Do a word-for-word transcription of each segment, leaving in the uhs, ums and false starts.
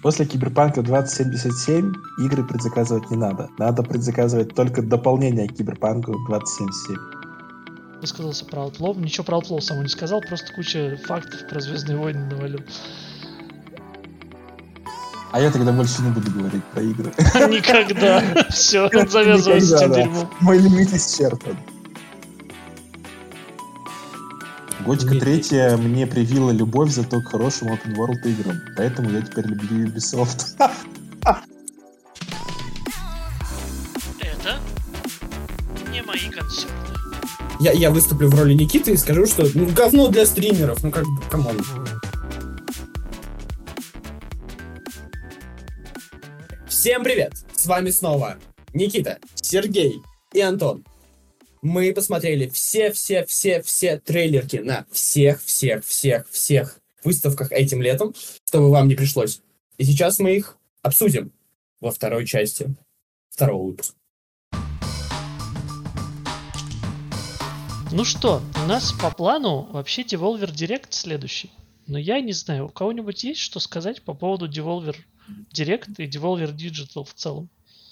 После Киберпанка двадцать семьдесят семь игры предзаказывать не надо. Надо предзаказывать только дополнение к Киберпанку двадцать семьдесят семь. Высказался про Outlaw. Ничего про Outlaw сам не сказал, просто куча фактов про Звездные войны навалил. А я тогда больше не буду говорить про игры. Никогда. Все, он завязывает с этим дерьмом. Мой лимит исчерпан. Готика третья мне привила любовь зато к хорошим open world играм. Поэтому я теперь люблю Ubisoft. Это не мои концерты. Я, я выступлю в роли Никиты и скажу, что ну, говно для стримеров. Ну как бы, камон. Всем привет! С вами снова Никита, Сергей и Антон. Мы посмотрели все-все-все-все трейлерки на всех-всех-всех-всех выставках этим летом, чтобы вам не пришлось. И сейчас мы их обсудим во второй части второго выпуска. Ну что, у нас по плану вообще Devolver Direct следующий. Но я не знаю, у кого-нибудь есть что сказать по поводу Devolver Direct и Devolver Digital в целом?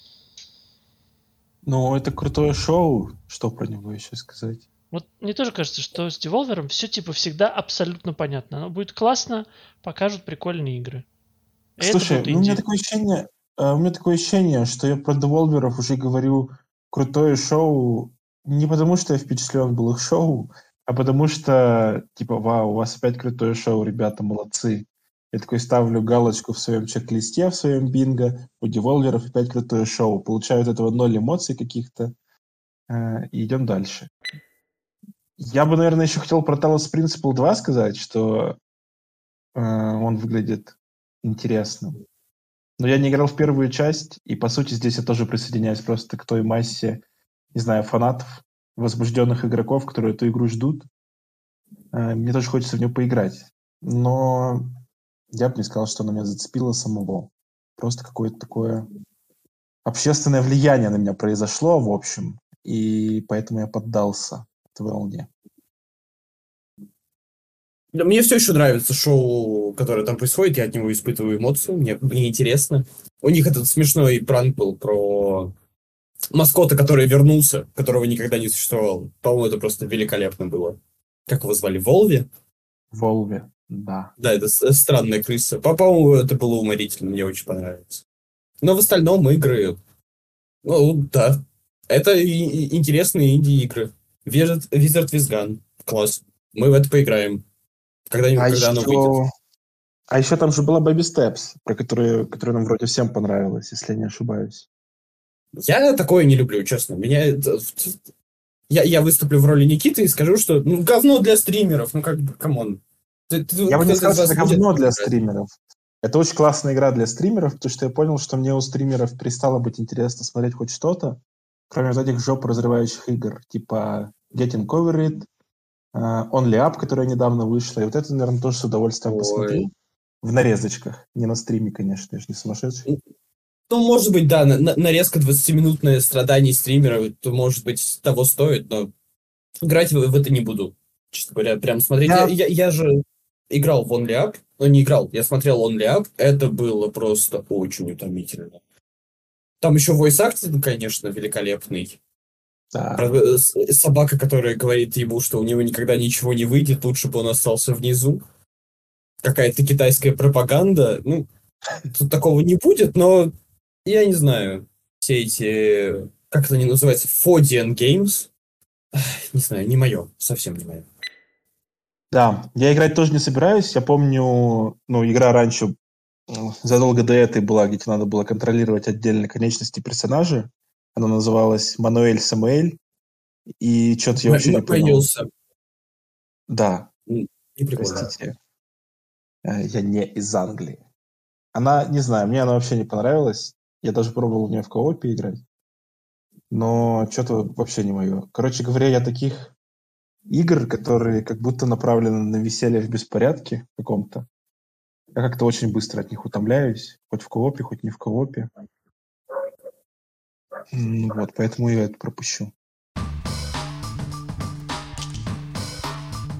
Ну, это крутое шоу. Что про него еще сказать? Вот мне тоже кажется, что с Devolver все типа всегда абсолютно понятно. Оно будет классно, покажут прикольные игры. И Слушай, ну, у меня такое ощущение, у меня такое ощущение, что я про Devolver уже говорю крутое шоу не потому, что я впечатлен был их шоу, а потому что, типа, вау, у вас опять крутое шоу, ребята, молодцы. Я такой ставлю галочку в своем чек-листе, в своем бинго. У Devolver'ов опять крутое шоу. Получаю от этого ноль эмоций каких-то. Э, и идем дальше. Я бы, наверное, еще хотел про Talos Principle два сказать, что э, он выглядит интересным. Но я не играл в первую часть, и, по сути, здесь я тоже присоединяюсь просто к той массе, не знаю, фанатов, возбужденных игроков, которые эту игру ждут. Э, мне тоже хочется в нее поиграть. Но я бы не сказал, что она меня зацепила самого. Просто какое-то такое общественное влияние на меня произошло, в общем, и поэтому я поддался этой волне. Мне все еще нравится шоу, которое там происходит, я от него испытываю эмоции, мне, мне интересно. У них этот смешной пранк был про маскота, который вернулся, которого никогда не существовало. По-моему, это просто великолепно было. Как его звали? Волви? Волви, да. Да, это странная крыса. По-моему, это было уморительно, мне очень понравилось. Но в остальном игры... Ну, да. Это и- и интересные инди-игры. Wizard, Wizard with Gun. Класс. Мы в это поиграем. Когда-нибудь, А когда оно еще... выйдет. а еще там же была Baby Steps, про которую, которая нам вроде всем понравилась, если я не ошибаюсь. Я такое не люблю, честно. Меня это... Я, я выступлю в роли Никиты и скажу, что ну, говно для стримеров. Ну, как бы, камон. Ты- ты- Я бы не кто-то сказал, из что вас это будет говно для играть? стримеров. Это очень классная игра для стримеров, потому что я понял, что мне у стримеров перестало быть интересно смотреть хоть что-то, кроме вот этих жоп разрывающих игр, типа Getting Over It, э, Only Up, которая недавно вышла. И вот это, наверное, тоже с удовольствием Ой. посмотрю. В нарезочках. Не на стриме, конечно, я же не сумасшедший. Ну, может быть, да, на- на- нарезка двадцатиминутное страдание стримера, то, может быть, того стоит, но играть в, в это не буду, честно говоря. Прям смотреть. Я, Я- я, я же играл в Only Up, но не играл, я смотрел Only Up, это было просто очень утомительно. Там еще voice acting, конечно, великолепный. Да. Про- с- Собака, которая говорит ему, что у него никогда ничего не выйдет, лучше бы он остался внизу. Какая-то китайская пропаганда. Ну, тут такого не будет, но я не знаю. Все эти, как это они называются, Fodian Games. Ах, не знаю, не мое, совсем не мое. Да, я играть тоже не собираюсь. Я помню, ну, игра раньше, э, задолго до этой была, где тебе надо было контролировать отдельные конечности персонажа. Она называлась Мануэль Самуэль. И что-то я вообще не понял. Появился. Да, Не прикольно. простите. Э, Я не из Англии. Она, не знаю, мне она вообще не понравилась. Я даже пробовал в нее в коопе играть. Но что-то вообще не мое. Короче говоря, я таких игр, которые как будто направлены на веселье в беспорядке каком-то, я как-то очень быстро от них утомляюсь. Хоть в коопе, хоть не в коопе. М, Вот, поэтому я это пропущу.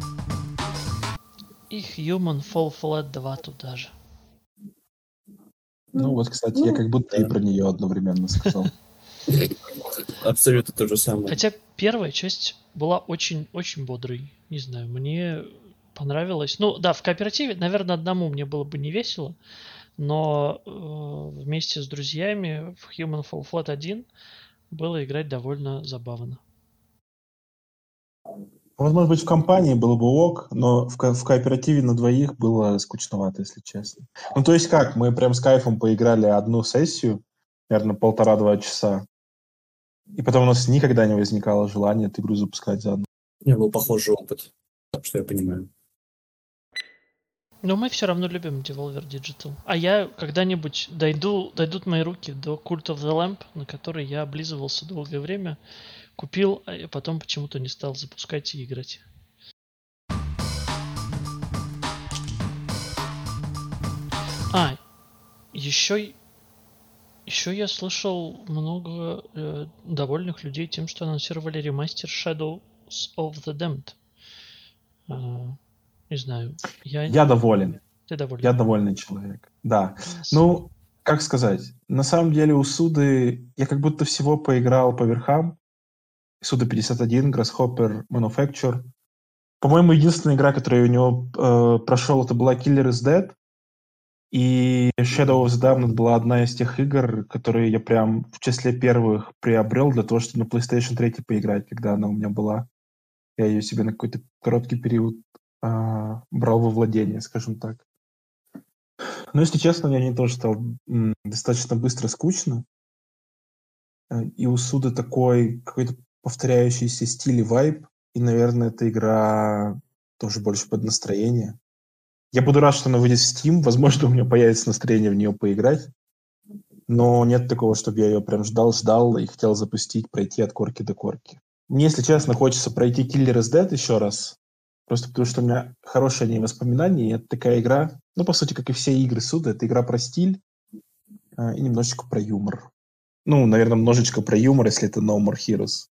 И Human Fall Flat два туда же. Ну вот, кстати, я как будто и про нее одновременно сказал. Абсолютно то же самое. Хотя первая часть была очень-очень бодрой. Не знаю, мне понравилось. Ну да, в кооперативе, наверное, одному мне было бы не весело, но э, вместе с друзьями в Human Fall Flat один было играть довольно забавно. Вот, может быть, в компании было бы ок, но в, ко- в кооперативе на двоих было скучновато, если честно. Ну, то есть как, мы прям с кайфом поиграли одну сессию, наверное, полтора-два часа, и потом у нас никогда не возникало желания эту игру запускать заново. У меня был похожий опыт, так что я понимаю. Но мы все равно любим Devolver Digital. А я когда-нибудь дойду, дойдут мои руки до Cult of the Lamp, на который я облизывался долгое время, купил, а потом почему-то не стал запускать и играть. А, еще, еще я слышал много э, довольных людей тем, что анонсировали ремастер Shadows of the Damned. А, не знаю. Я, Я доволен. Ты доволен? Я довольный человек. Да. Yes. Ну, как сказать, на самом деле у Суды я как будто всего поиграл по верхам. Суда пятьдесят один, Grasshopper Manufacture. По-моему, единственная игра, которую у него э, прошел, это была Killer is Dead. И Shadow of the Damned была одна из тех игр, которые я прям в числе первых приобрел для того, чтобы на PlayStation три поиграть, когда она у меня была. Я ее себе на какой-то короткий период э, брал во владение, скажем так. Но, если честно, мне они тоже стало м, достаточно быстро скучно. Э, И у Суды такой какой-то повторяющийся стиль и вайб. И, наверное, эта игра тоже больше под настроение. Я буду рад, что она выйдет в Steam. Возможно, у меня появится настроение в нее поиграть. Но нет такого, чтобы я ее прям ждал-ждал и хотел запустить, пройти от корки до корки. Мне, если честно, хочется пройти Killer is Dead еще раз. Просто потому, что у меня хорошие о ней воспоминания. И это такая игра, ну, по сути, как и все игры Суда, это игра про стиль э, и немножечко про юмор. Ну, наверное, немножечко про юмор, если это No More Heroes.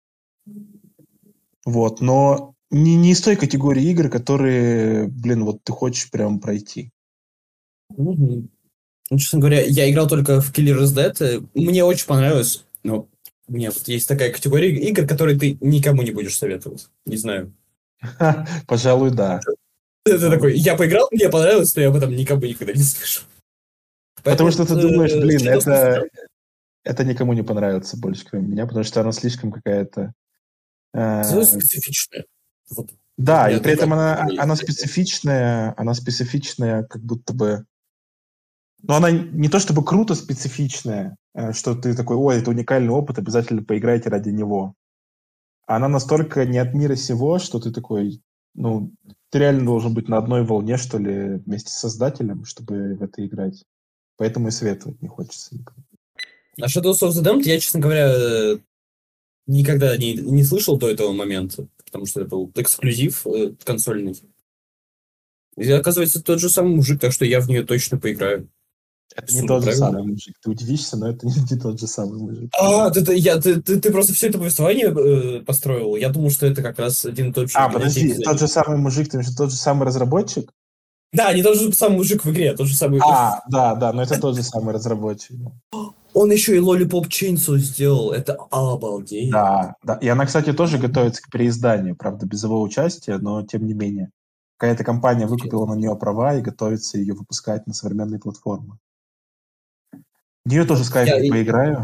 Вот, но не, не из той категории игр, которые, блин, вот ты хочешь прям пройти. Угу. Ну, честно говоря, я играл только в Killer is Dead. Мне очень понравилось. Но у меня вот есть такая категория игр, которые ты никому не будешь советовать. Не знаю. Пожалуй, да. Это такой, я поиграл, мне понравилось, но я об этом никому никогда не скажу. Потому что ты думаешь, блин, Shadows это, это никому не понравится больше, кроме меня, потому что она слишком какая-то... э, специфичная. Вот. Да, Для и при этом другая она, категория. она специфичная, она специфичная, как будто бы... Но она не то чтобы круто специфичная, э, что ты такой, ой, это уникальный опыт, обязательно поиграйте ради него. Она настолько не от мира сего, что ты такой, ну, ты реально должен быть на одной волне, что ли, вместе с создателем, чтобы в это играть. Поэтому и советовать не хочется никому. А Shadows of the Damned я, честно говоря, никогда не, не слышал до этого момента, потому что это был эксклюзив э, консольный. И оказывается, тот же самый мужик, так что я в нее точно поиграю. Это не Суда, тот же правильно? самый мужик. Ты удивишься, но это не, не тот же самый мужик. А, ты, ты, я, ты, ты, ты просто все это повествование э, построил. Я думал, что это как раз один и тот же. А, один подожди, дизайнер. тот же самый мужик, ты имеешь в виду тот же самый разработчик? Да, не тот же самый мужик в игре, а тот же самый... А, да, да, но это тот же самый разработчик. Он еще и Lollipop Chainsaw сделал. Это обалдеть. Да, да. И она, кстати, тоже готовится к переизданию, правда, без его участия, но тем не менее. Какая-то компания выкупила на нее права и готовится ее выпускать на современные платформы. В нее тоже с кайфом Я- поиграю.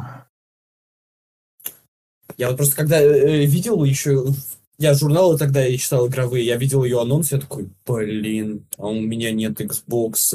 Я вот просто когда э, видел еще... Я журналы тогда я читал игровые, я видел ее анонс, я такой, блин, а у меня нет Xbox.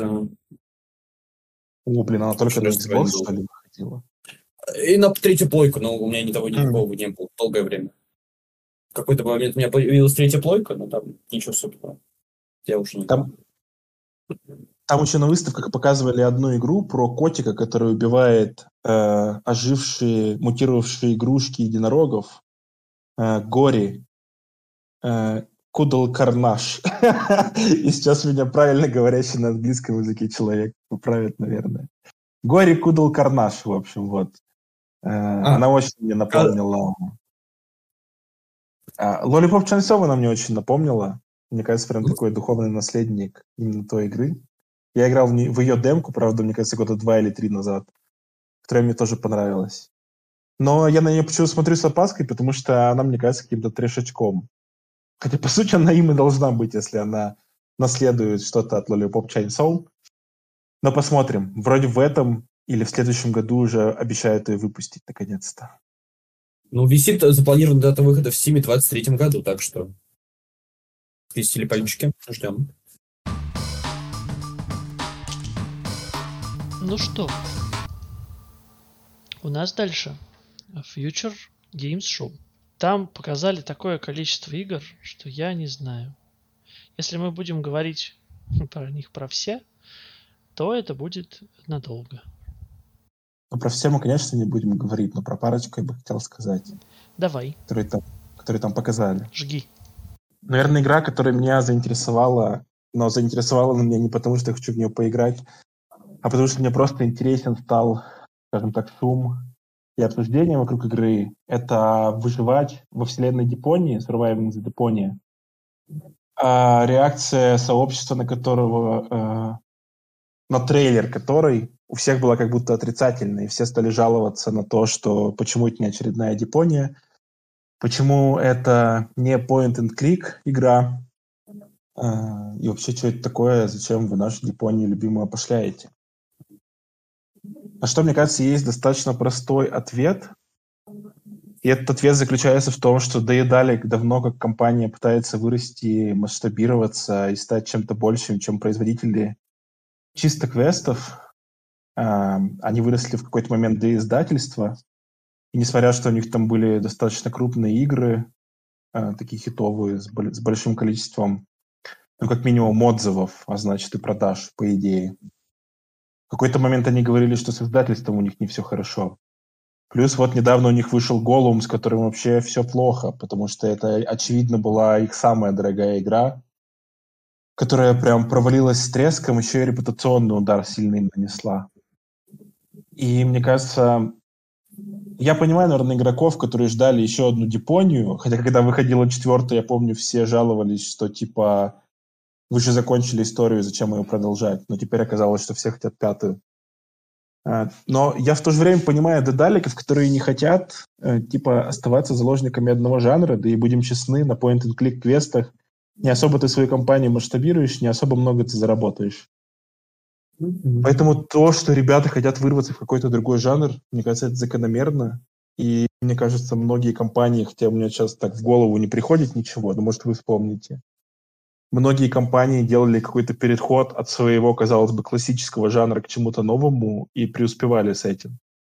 О, блин, она только на Очень Xbox, расстроен был. что ли, выходила? И на третью плойку, но у меня ни того, ни Мгм. другого не было долгое время. В какой-то момент у меня появилась третья плойка, но там ничего особенного. Я уже не Там, там еще на выставках показывали одну игру про котика, который убивает э, ожившие, мутировавшие игрушки единорогов. Э, Гори. Э, Кудал Карнаш. И сейчас меня правильно говорящий на английском языке человек поправит, наверное. Гори Кудал Карнаш, в общем, вот. Э, Она очень мне напомнила... А, Lollipop Chainsaw она мне очень напомнила. Мне кажется, прям такой духовный наследник именно той игры. Я играл в, не- в ее демку, правда, мне кажется, года два или три назад, которая мне тоже понравилась. Но я на нее почему-то смотрю с опаской, потому что она, мне кажется, каким-то трешечком. Хотя, по сути, она им и должна быть, если она наследует что-то от Lollipop Chainsaw. Но посмотрим. Вроде в этом или в следующем году уже обещают ее выпустить, наконец-то. Ну, висит запланирована дата выхода в Steam в двадцать третьем году, так что крестили пальчики, ждем. Ну что, у нас дальше Future Games Show. Там показали такое количество игр, что я не знаю. Если мы будем говорить про них про все, то это будет надолго. Ну, про все мы, конечно, не будем говорить, но про парочку я бы хотел сказать. Давай. Которые там, которые там показали. Жги. Наверное, игра, которая меня заинтересовала, но заинтересовала она меня не потому, что я хочу в нее поиграть, а потому что мне просто интересен стал, скажем так, шум и обсуждение вокруг игры. Это выживать во вселенной Депонии, Surviving the Deponia. А реакция сообщества, на которого, э, на трейлер которой у всех была как будто отрицательная, и все стали жаловаться на то, что почему это не очередная Депония, почему это не point-and-click игра, э, и вообще, что это такое, зачем вы нашу Депонию любимую опошляете. На что, мне кажется, есть достаточно простой ответ. И этот ответ заключается в том, что Daedalic давно как компания пытается вырасти, масштабироваться и стать чем-то большим, чем производители чисто квестов. А, они выросли в какой-то момент до издательства. И несмотря, что у них там были достаточно крупные игры, а, такие хитовые, с, с большим количеством, ну, как минимум, отзывов, а значит и продаж, по идее. В какой-то момент они говорили, что с издательством у них не все хорошо. Плюс вот недавно у них вышел Голум, с которым вообще все плохо, потому что это, очевидно, была их самая дорогая игра, которая прям провалилась с треском, еще и репутационный удар сильный нанесла. И мне кажется, я понимаю, наверное, игроков, которые ждали еще одну Депонию, хотя когда выходила четвертая, я помню, все жаловались, что типа вы же закончили историю, зачем ее продолжать? Но теперь оказалось, что все хотят пятую. Но я в то же время понимаю дедаликов, которые не хотят типа оставаться заложниками одного жанра, да и будем честны, на point-and-click квестах не особо ты свою компанию масштабируешь, не особо много ты заработаешь. Mm-hmm. Поэтому то, что ребята хотят вырваться в какой-то другой жанр, мне кажется, это закономерно. И мне кажется, многие компании, хотя у меня сейчас так в голову не приходит ничего, но может вы вспомните, многие компании делали какой-то переход от своего, казалось бы, классического жанра к чему-то новому и преуспевали с этим.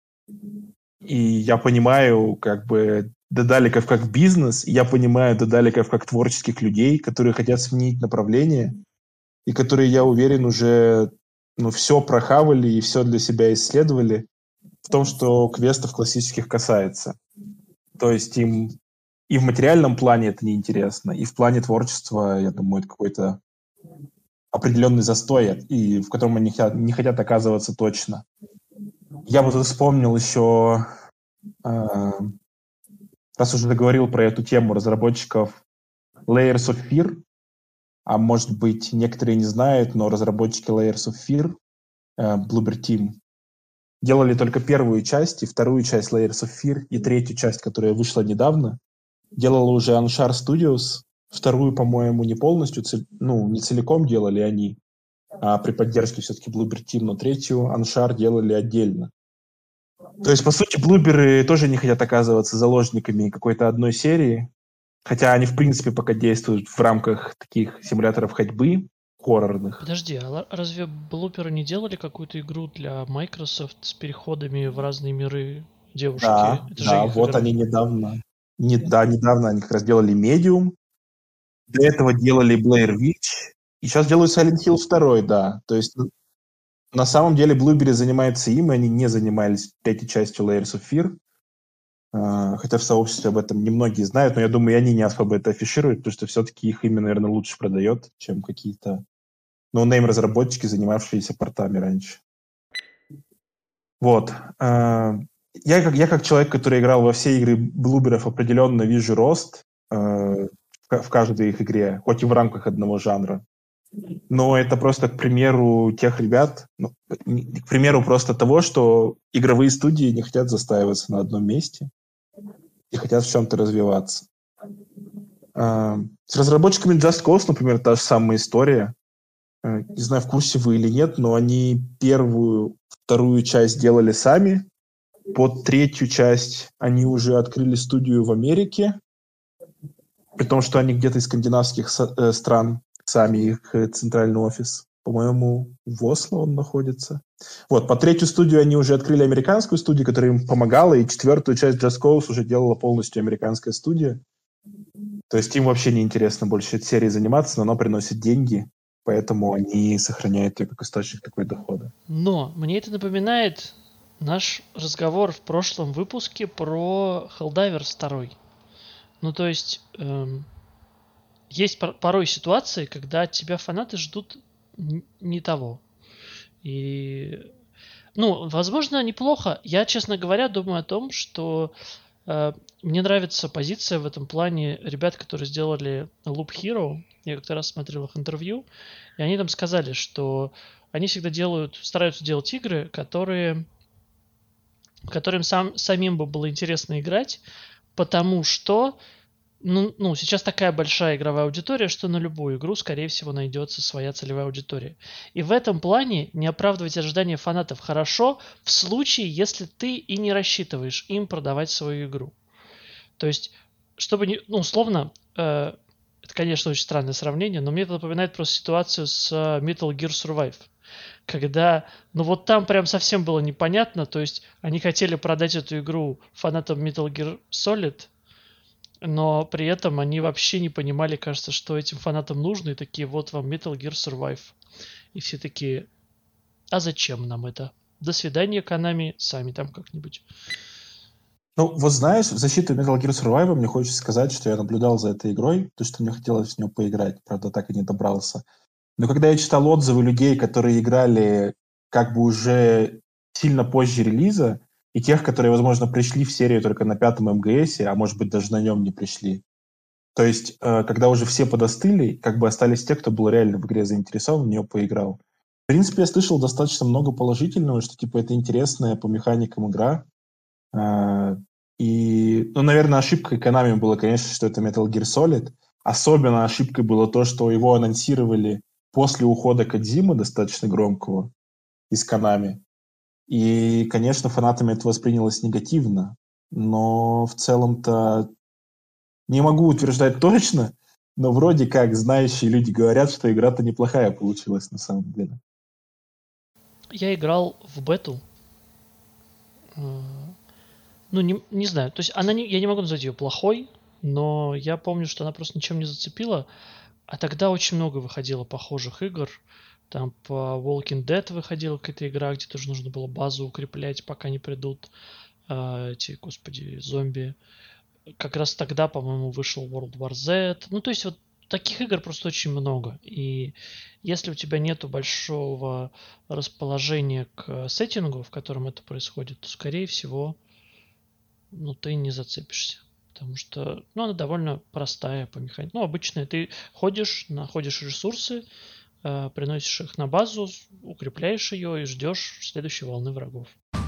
И я понимаю, как бы, дедаликов как бизнес, и я понимаю дедаликов как творческих людей, которые хотят сменить направление, и которые, я уверен, уже ну, все прохавали и все для себя исследовали в том, что квестов классических касается. То есть им и в материальном плане это неинтересно, и в плане творчества, я думаю, это какой-то определенный застой, и в котором они не хотят оказываться точно. Я бы тут вспомнил еще, э, раз уже заговорил про эту тему разработчиков Layers of Fear, а может быть, некоторые не знают, но разработчики Layers of Fear, э, Bloober Team, делали только первую часть, и вторую часть Layers of Fear, и третью часть, которая вышла недавно, делала уже Anshar Studios. Вторую, по-моему, не полностью, ну, не целиком делали они, а при поддержке все-таки Bloober Team, но третью Anshar делали отдельно. То есть, по сути, блуберы тоже не хотят оказываться заложниками какой-то одной серии, хотя они, в принципе, пока действуют в рамках таких симуляторов ходьбы хоррорных. Подожди, а разве блуперы не делали какую-то игру для Microsoft с переходами в разные миры девушки? Да, Это да, же вот игра. они недавно... Не, да, недавно они как раз делали Medium, до этого делали Blair Witch, и сейчас делают Silent Hill два, да. То есть на самом деле Blueberry занимается им, и они не занимались третьей частью Layers of Fear, uh, хотя в сообществе об этом немногие знают, но я думаю, и они не особо это афишируют, потому что все-таки их имя, наверное, лучше продает, чем какие-то ноунейм-разработчики, занимавшиеся портами раньше. Вот. Uh, Я как, я как человек, который играл во все игры блуберов, определенно вижу рост э, в каждой их игре, хоть и в рамках одного жанра. Но это просто к примеру тех ребят, ну, к примеру просто того, что игровые студии не хотят застаиваться на одном месте и хотят в чем-то развиваться. С разработчиками Just Cause, например, та же самая история. Не знаю, в курсе вы или нет, но они первую, вторую часть делали сами. Под третью часть они уже открыли студию в Америке, при том, что они где-то из скандинавских э, стран, сами их э, центральный офис. По-моему, в Осло он находится. Вот, по третью студию они уже открыли американскую студию, которая им помогала, и четвертую часть Just Cause уже делала полностью американская студия. То есть им вообще не интересно больше этой серией заниматься, но она приносит деньги, поэтому они сохраняют ее как источник такой дохода. Но мне это напоминает наш разговор в прошлом выпуске про Helldivers два. Ну, то есть, эм, есть порой ситуации, когда от тебя фанаты ждут не того. И, ну, возможно, неплохо. Я, честно говоря, думаю о том, что э, мне нравится позиция в этом плане ребят, которые сделали Loop Hero. Я как-то раз смотрел их интервью, и они там сказали, что они всегда делают, стараются делать игры, которые, которым сам, самим бы было интересно играть, потому что Ну, ну, сейчас такая большая игровая аудитория, что на любую игру, скорее всего, найдется своя целевая аудитория. И в этом плане не оправдывать ожидания фанатов хорошо в случае, если ты и не рассчитываешь им продавать свою игру. То есть, чтобы не... Ну, условно, э, это, конечно, очень странное сравнение, но мне это напоминает просто ситуацию с Metal Gear Survive. Когда, ну вот там прям совсем было непонятно, то есть они хотели продать эту игру фанатам Metal Gear Solid, но при этом они вообще не понимали, кажется, что этим фанатам нужно, и такие, вот вам Metal Gear Survive. И все такие, а зачем нам это? До свидания, Konami, сами там как-нибудь. Ну, вот знаешь, в защиту Metal Gear Survive мне хочется сказать, что я наблюдал за этой игрой, то, что мне хотелось в нее поиграть, правда, так и не добрался. Но когда я читал отзывы людей, которые играли как бы уже сильно позже релиза, и тех, которые, возможно, пришли в серию только на пятом эм гэ эсе, а может быть, даже на нем не пришли. То есть, э, когда уже все подостыли, как бы остались те, кто был реально в игре заинтересован, в нее поиграл. В принципе, я слышал достаточно много положительного, что, типа, это интересная по механикам игра. Э, и, ну, наверное, ошибкой Konami было, конечно, что это Metal Gear Solid. Особенно ошибкой было то, что его анонсировали после ухода Кодзимы, достаточно громкого, из Konami. И, конечно, фанатами это воспринялось негативно. Но в целом-то не могу утверждать точно, но вроде как знающие люди говорят, что игра-то неплохая получилась на самом деле. Я играл в бету. Ну, не, не знаю. То есть она не, я не могу назвать ее плохой, но я помню, что она просто ничем не зацепила. А тогда очень много выходило похожих игр. Там по Walking Dead выходила какая-то игра, где тоже нужно было базу укреплять, пока не придут э, эти, господи, зомби. Как раз тогда, по-моему, вышел World War Z. Ну, то есть вот таких игр просто очень много. И если у тебя нету большого расположения к сеттингу, в котором это происходит, то, скорее всего, ну, ты не зацепишься. Потому что, ну, она довольно простая по механике. Ну, обычная. Ты ходишь, находишь ресурсы, э, приносишь их на базу, укрепляешь ее и ждешь следующей волны врагов.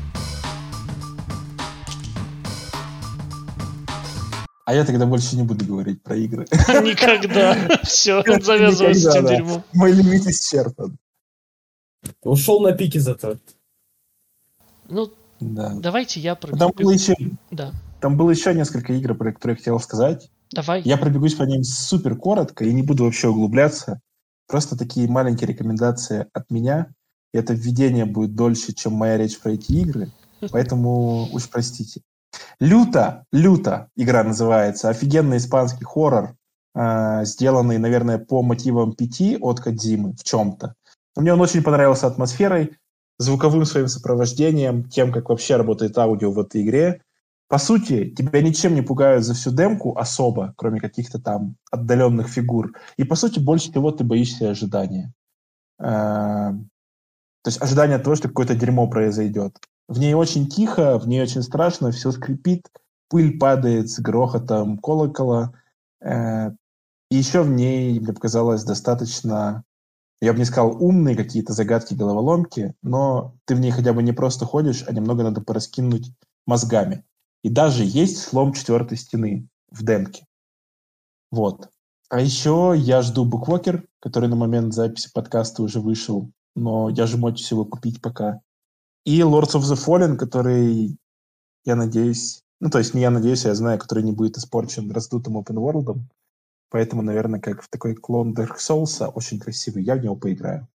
А я тогда больше не буду говорить про игры. Никогда. Все, он завязывает с этим дерьмом. Мой лимит исчерпан. Ушел на пике зато. Ну, давайте я пробегу. Там было еще... Да. Там было еще несколько игр, про которые я хотел сказать. Давай. Я пробегусь по ним супер коротко и не буду вообще углубляться. Просто такие маленькие рекомендации от меня. И это введение будет дольше, чем моя речь про эти игры. Поэтому уж простите. Люто, люто игра называется. Офигенный испанский хоррор, э, сделанный, наверное, по мотивам пяти от Кодзимы в чем-то. Мне он очень понравился атмосферой, звуковым своим сопровождением, тем, как вообще работает аудио в этой игре. По сути, тебя ничем не пугают за всю демку особо, кроме каких-то там отдаленных фигур. И, по сути, больше всего ты боишься ожидания. Э, то есть ожидания того, что какое-то дерьмо произойдет. В ней очень тихо, в ней очень страшно, все скрипит, пыль падает с грохотом колокола. И еще в ней, мне показалось, достаточно Я бы не сказал умные какие-то загадки, головоломки, но ты в ней хотя бы не просто ходишь, а немного надо пораскинуть мозгами. И даже есть слом четвертой стены в демке. Вот. А еще я жду Bookwalker, который на момент записи подкаста уже вышел, но я же мочусь его купить пока. И Lords of the Fallen, который, я надеюсь, ну, то есть не я надеюсь, а я знаю, который не будет испорчен раздутым open world. Поэтому, наверное, как в такой клон Dark Souls, очень красивый. Я в него поиграю.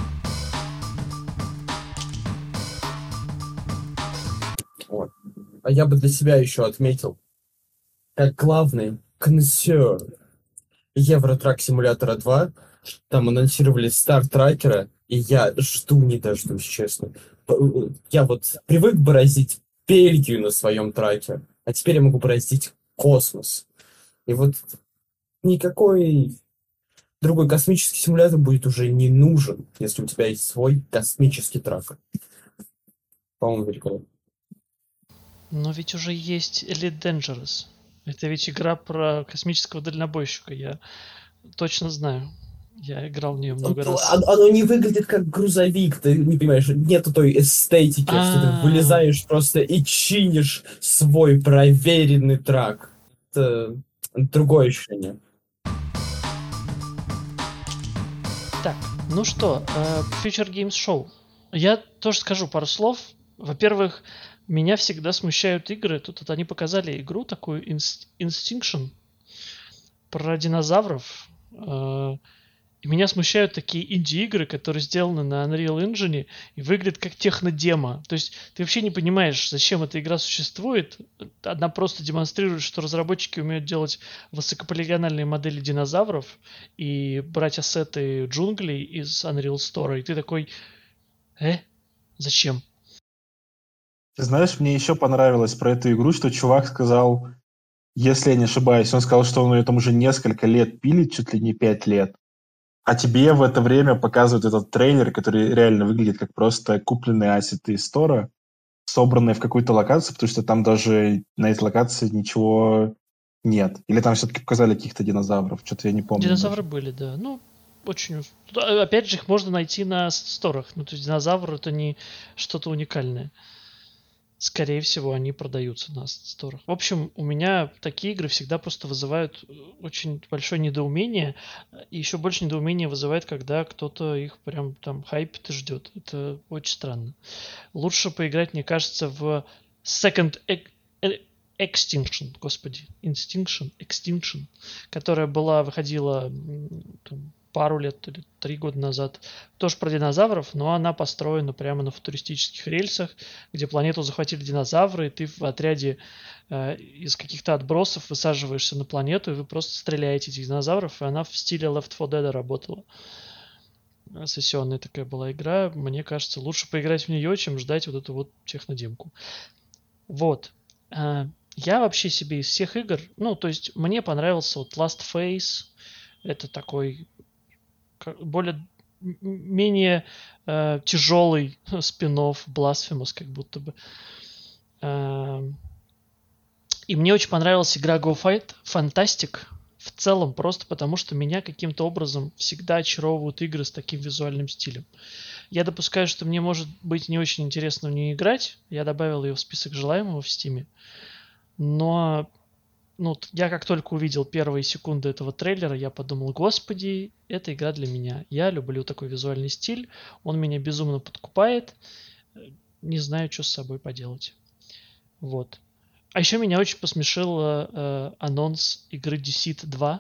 Вот. А я бы для себя еще отметил, как главный консер Евротрак Симулятора два, там анонсировали старт трекера, и я жду не дождусь, честно. Я вот привык бороздить Бельгию на своем траке, а теперь я могу бороздить космос. И вот никакой другой космический симулятор будет уже не нужен, если у тебя есть свой космический трак. По-моему, великолепно. Но ведь уже есть Elite Dangerous. Это ведь игра про космического дальнобойщика. Я точно знаю. Я играл в нее много Оно, раз. оно не выглядит как грузовик, ты не понимаешь, нету той эстетики, что ты вылезаешь просто и чинишь свой проверенный трак. Это другое ощущение. Так, ну что, Future Games Show. Я тоже скажу пару слов. Во-первых, меня всегда смущают игры. Тут вот они показали игру такую Instinction про динозавров. И меня смущают такие инди-игры, которые сделаны на Unreal Engine и выглядят как технодемо. То есть ты вообще не понимаешь, зачем эта игра существует. Она просто демонстрирует, что разработчики умеют делать высокополигональные модели динозавров и брать ассеты джунглей из Unreal Store. И ты такой, э, зачем? Ты знаешь, мне еще понравилось про эту игру, что чувак сказал, если я не ошибаюсь, он сказал, что он ее там уже несколько лет пилит, чуть ли не пять лет. А тебе в это время показывают этот трейлер, который реально выглядит как просто купленные ассеты из стора, собранные в какую-то локацию, потому что там даже на этой локации ничего нет. Или там все-таки показали каких-то динозавров, что-то я не помню. Динозавры даже. были, да. Ну, очень... Опять же, их можно найти на сторах. Ну, то есть динозавр — это не что-то уникальное. Скорее всего, они продаются на сторах. В общем, у меня такие игры всегда просто вызывают очень большое недоумение. И еще больше недоумения вызывает, когда кто-то их прям там хайпит и ждет. Это очень странно. Лучше поиграть, мне кажется, в Second Extinction, господи, Instinction, Extinction, которая была, выходила там, пару лет или три года назад, тоже про динозавров, но она построена прямо на футуристических рельсах, где планету захватили динозавры, и ты в отряде э, из каких-то отбросов высаживаешься на планету, и вы просто стреляете этих динозавров, и она в стиле Left фор Dead работала. Сессионная такая была игра. Мне кажется, лучше поиграть в нее, чем ждать вот эту вот технодемку. Вот. Э, я вообще себе из всех игр, ну, то есть мне понравился вот Last Phase, это такой более менее э, тяжелый спин-офф Blasphemous, как будто бы. Э, и мне очень понравилась игра Go Fight Fantastic в целом, просто потому что меня каким-то образом всегда очаровывают игры с таким визуальным стилем. Я допускаю, что мне может быть не очень интересно в нее играть. Я добавил ее в список желаемого в Steam. Но ну, я как только увидел первые секунды этого трейлера, я подумал, господи, это игра для меня. Я люблю такой визуальный стиль, он меня безумно подкупает. Не знаю, что с собой поделать. Вот. А еще меня очень посмешил э, анонс игры Deceit два.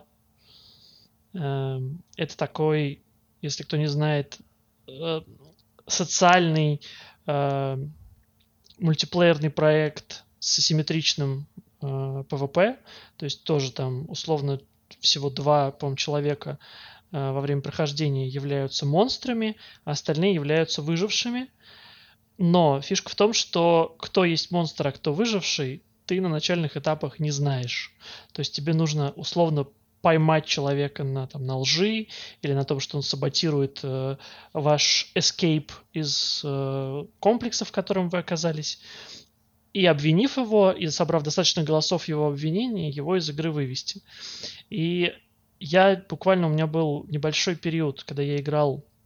Э, это такой, если кто не знает, э, социальный э, мультиплеерный проект с асимметричным PvP, то есть тоже там условно всего два, по-моему, человека э, во время прохождения являются монстрами, а остальные являются выжившими. Но фишка в том, что кто есть монстр, а кто выживший, ты на начальных этапах не знаешь. То есть тебе нужно условно поймать человека на, там, на лжи или на том, что он саботирует э, ваш escape из э, комплекса, в котором вы оказались. И обвинив его, и собрав достаточно голосов его обвинения, его из игры вывести. И я буквально, у меня был небольшой период, когда я играл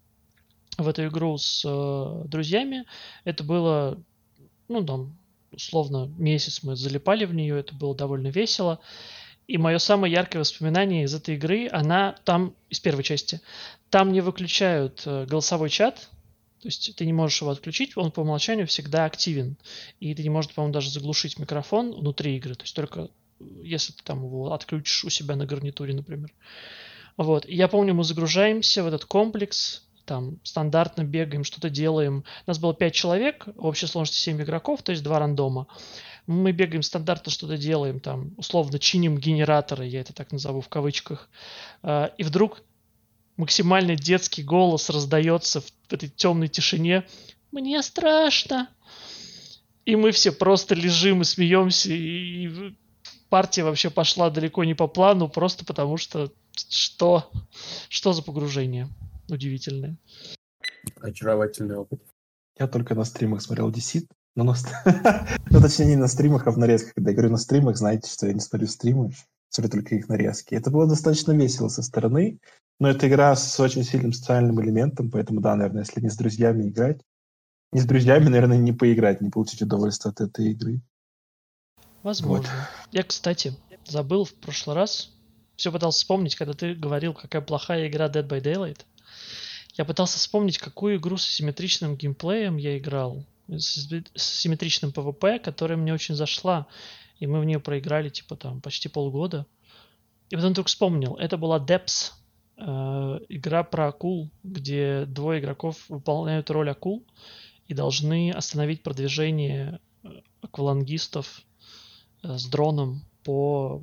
в эту игру с э, друзьями. Это было, ну, там, условно, месяц мы залипали в нее, это было довольно весело. И мое самое яркое воспоминание из этой игры, она там, из первой части, там не выключают э, голосовой чат, то есть ты не можешь его отключить, он по умолчанию всегда активен. И ты не можешь, по-моему, даже заглушить микрофон внутри игры, то есть только если ты там его отключишь у себя на гарнитуре, например. Вот. И я помню, мы загружаемся в этот комплекс, там стандартно бегаем, что-то делаем. У нас было пять человек, в общей сложности семь игроков, то есть два рандома. Мы бегаем стандартно, что-то делаем, там, условно, чиним генераторы, я это так назову в кавычках. И вдруг максимально детский голос раздается в этой темной тишине. «Мне страшно!» И мы все просто лежим и смеемся, и партия вообще пошла далеко не по плану, просто потому что что? Что за погружение удивительное. Очаровательный опыт. Я только на стримах смотрел Deceit. Ну, на... ну, точнее, не на стримах, а в нарезках. Когда я говорю на стримах, знаете, что я не смотрю стримы, смотрю только их нарезки. Это было достаточно весело со стороны, но это игра с очень сильным социальным элементом, поэтому, да, наверное, если не с друзьями играть, не с друзьями, наверное, не поиграть, не получить удовольствие от этой игры. Возможно. Вот. Я, кстати, забыл в прошлый раз, все пытался вспомнить, когда ты говорил, какая плохая игра Dead by Daylight. Я пытался вспомнить, какую игру с асимметричным геймплеем я играл. С симметричным пи ви пи, которая мне очень зашла. И мы в нее проиграли, типа, там, почти полгода. И потом вдруг вспомнил. Это была Depths. Э, игра про акул, где двое игроков выполняют роль акул и должны остановить продвижение аквалангистов э, с дроном по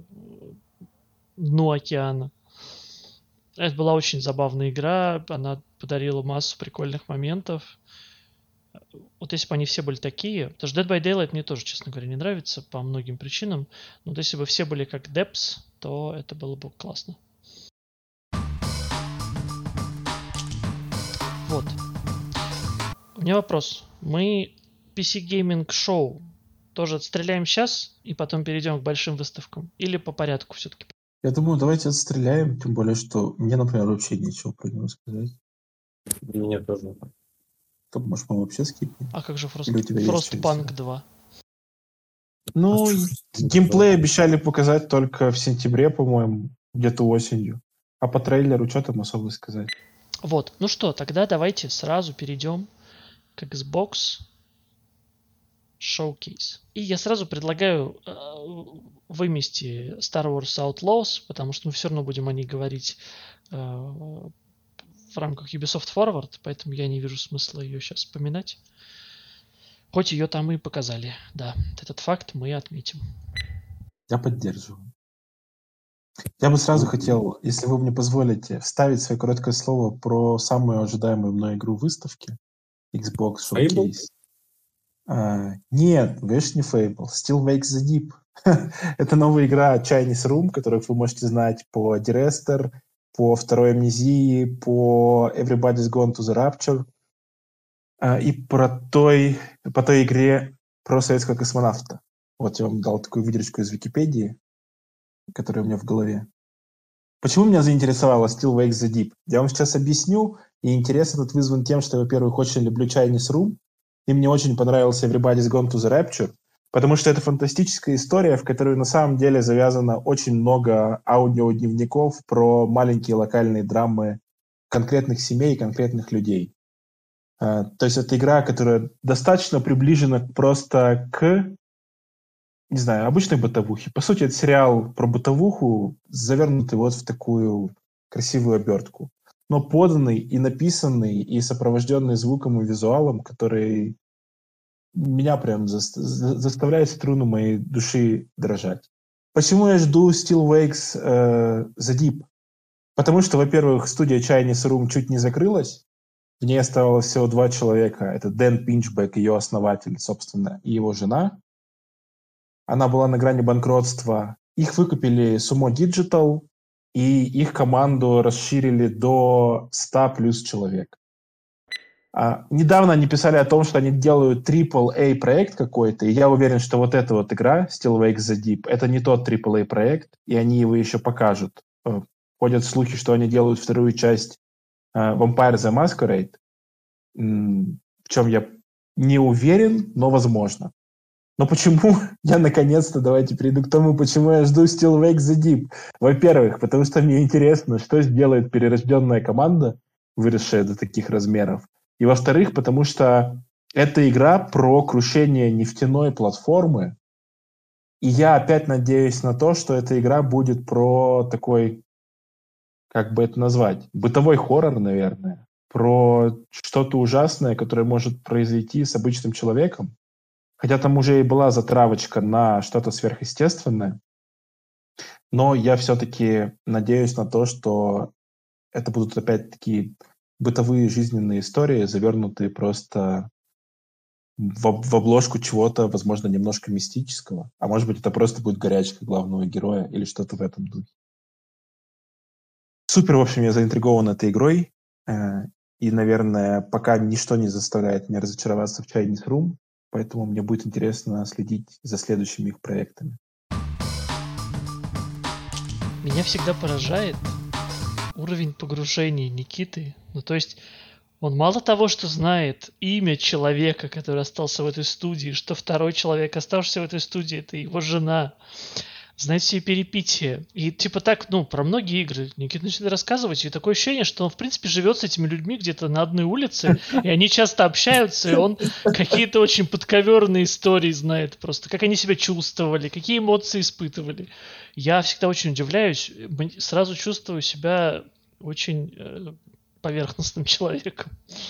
дну океана. Это была очень забавная игра. Она подарила массу прикольных моментов. Вот если бы они все были такие... Потому что Dead by Daylight мне тоже, честно говоря, не нравится по многим причинам. Но вот если бы все были как Depths, то это было бы классно. Вот. У меня вопрос. Мы пи си-гейминг шоу тоже отстреляем сейчас и потом перейдем к большим выставкам? Или по порядку все-таки? Я думаю, давайте отстреляем, тем более, что мне, например, вообще нечего про него сказать. Мне тоже. То, может, мы вообще скипнем? А как же Frost... Frostpunk два? Ну, геймплей обещали показать только в сентябре, по-моему, где-то осенью. А по трейлеру что там особо сказать? Вот, ну что, тогда давайте сразу перейдем к Xbox Showcase. И я сразу предлагаю э, вымести Star Wars Outlaws, потому что мы все равно будем о ней говорить э, в рамках Ubisoft Forward, поэтому я не вижу смысла ее сейчас вспоминать. Хоть ее там и показали. Да, этот факт мы отметим. Я поддерживаю. Я бы сразу хотел, если вы мне позволите, вставить свое короткое слово про самую ожидаемую мной игру выставки Xbox Showcase. Uh, нет, конечно, не Fable. Still Wakes the Deep. Это новая игра Chinese Room, которую вы можете знать по D-Rester, по второй Амнезии, по Everybody's Gone to the Rapture uh, и про той, по той игре про советского космонавта. Вот я вам дал такую выдержку из Википедии, которая у меня в голове. Почему меня заинтересовало Still Wakes the Deep? Я вам сейчас объясню, и интерес этот вызван тем, что я, во-первых, очень люблю Chinese Room, и мне очень понравился Everybody's Gone to the Rapture, потому что это фантастическая история, в которой на самом деле завязано очень много аудиодневников про маленькие локальные драмы конкретных семей и конкретных людей. Uh, то есть это игра, которая достаточно приближена просто к, не знаю, обычной бытовухе. По сути, это сериал про бытовуху, завернутый вот в такую красивую обертку, но поданный и написанный, и сопровожденный звуком и визуалом, который меня прям за- за- заставляет струны моей души дрожать. Почему я жду Still Wakes э, the Deep? Потому что, во-первых, студия Chinese Room чуть не закрылась, в ней оставалось всего два человека. Это Дэн Пинчбек, ее основатель, собственно, и его жена. Она была на грани банкротства. Их выкупили Sumo Digital, и их команду расширили до ста плюс человек. А, недавно они писали о том, что они делают трипл эй проект какой-то, и я уверен, что вот эта вот игра, Still Wakes the Deep, это не тот трипл эй проект, и они его еще покажут. Ходят слухи, что они делают вторую часть uh, Vampire the Masquerade, м, в чем я не уверен, но возможно. Но почему я наконец-то, давайте перейду к тому, почему я жду Still Wake the Deep. Во-первых, потому что мне интересно, что сделает перерожденная команда, выросшая до таких размеров. И во-вторых, потому что это игра про крушение нефтяной платформы. И я опять надеюсь на то, что эта игра будет про такой, как бы это назвать, бытовой хоррор, наверное. Про что-то ужасное, которое может произойти с обычным человеком. Хотя там уже и была затравочка на что-то сверхъестественное. Но я все-таки надеюсь на то, что это будут опять такие бытовые жизненные истории, завернутые просто в, в обложку чего-то, возможно, немножко мистического. А может быть, это просто будет горячка главного героя или что-то в этом духе. Супер, в общем, я заинтригован этой игрой. И, наверное, пока ничто не заставляет меня разочароваться в Chinese Room. Поэтому мне будет интересно следить за следующими их проектами. Меня всегда поражает уровень погружения Никиты. Ну, то есть, он мало того, что знает имя человека, который остался в этой студии, что второй человек, оставшийся в этой студии, это его жена. Знает все перипетии. И типа так, ну, про многие игры Никита начинает рассказывать, и такое ощущение, что он, в принципе, живет с этими людьми где-то на одной улице, и они часто общаются, и он какие-то очень подковерные истории знает просто, как они себя чувствовали, какие эмоции испытывали. Я всегда очень удивляюсь, сразу чувствую себя очень э, поверхностным человеком.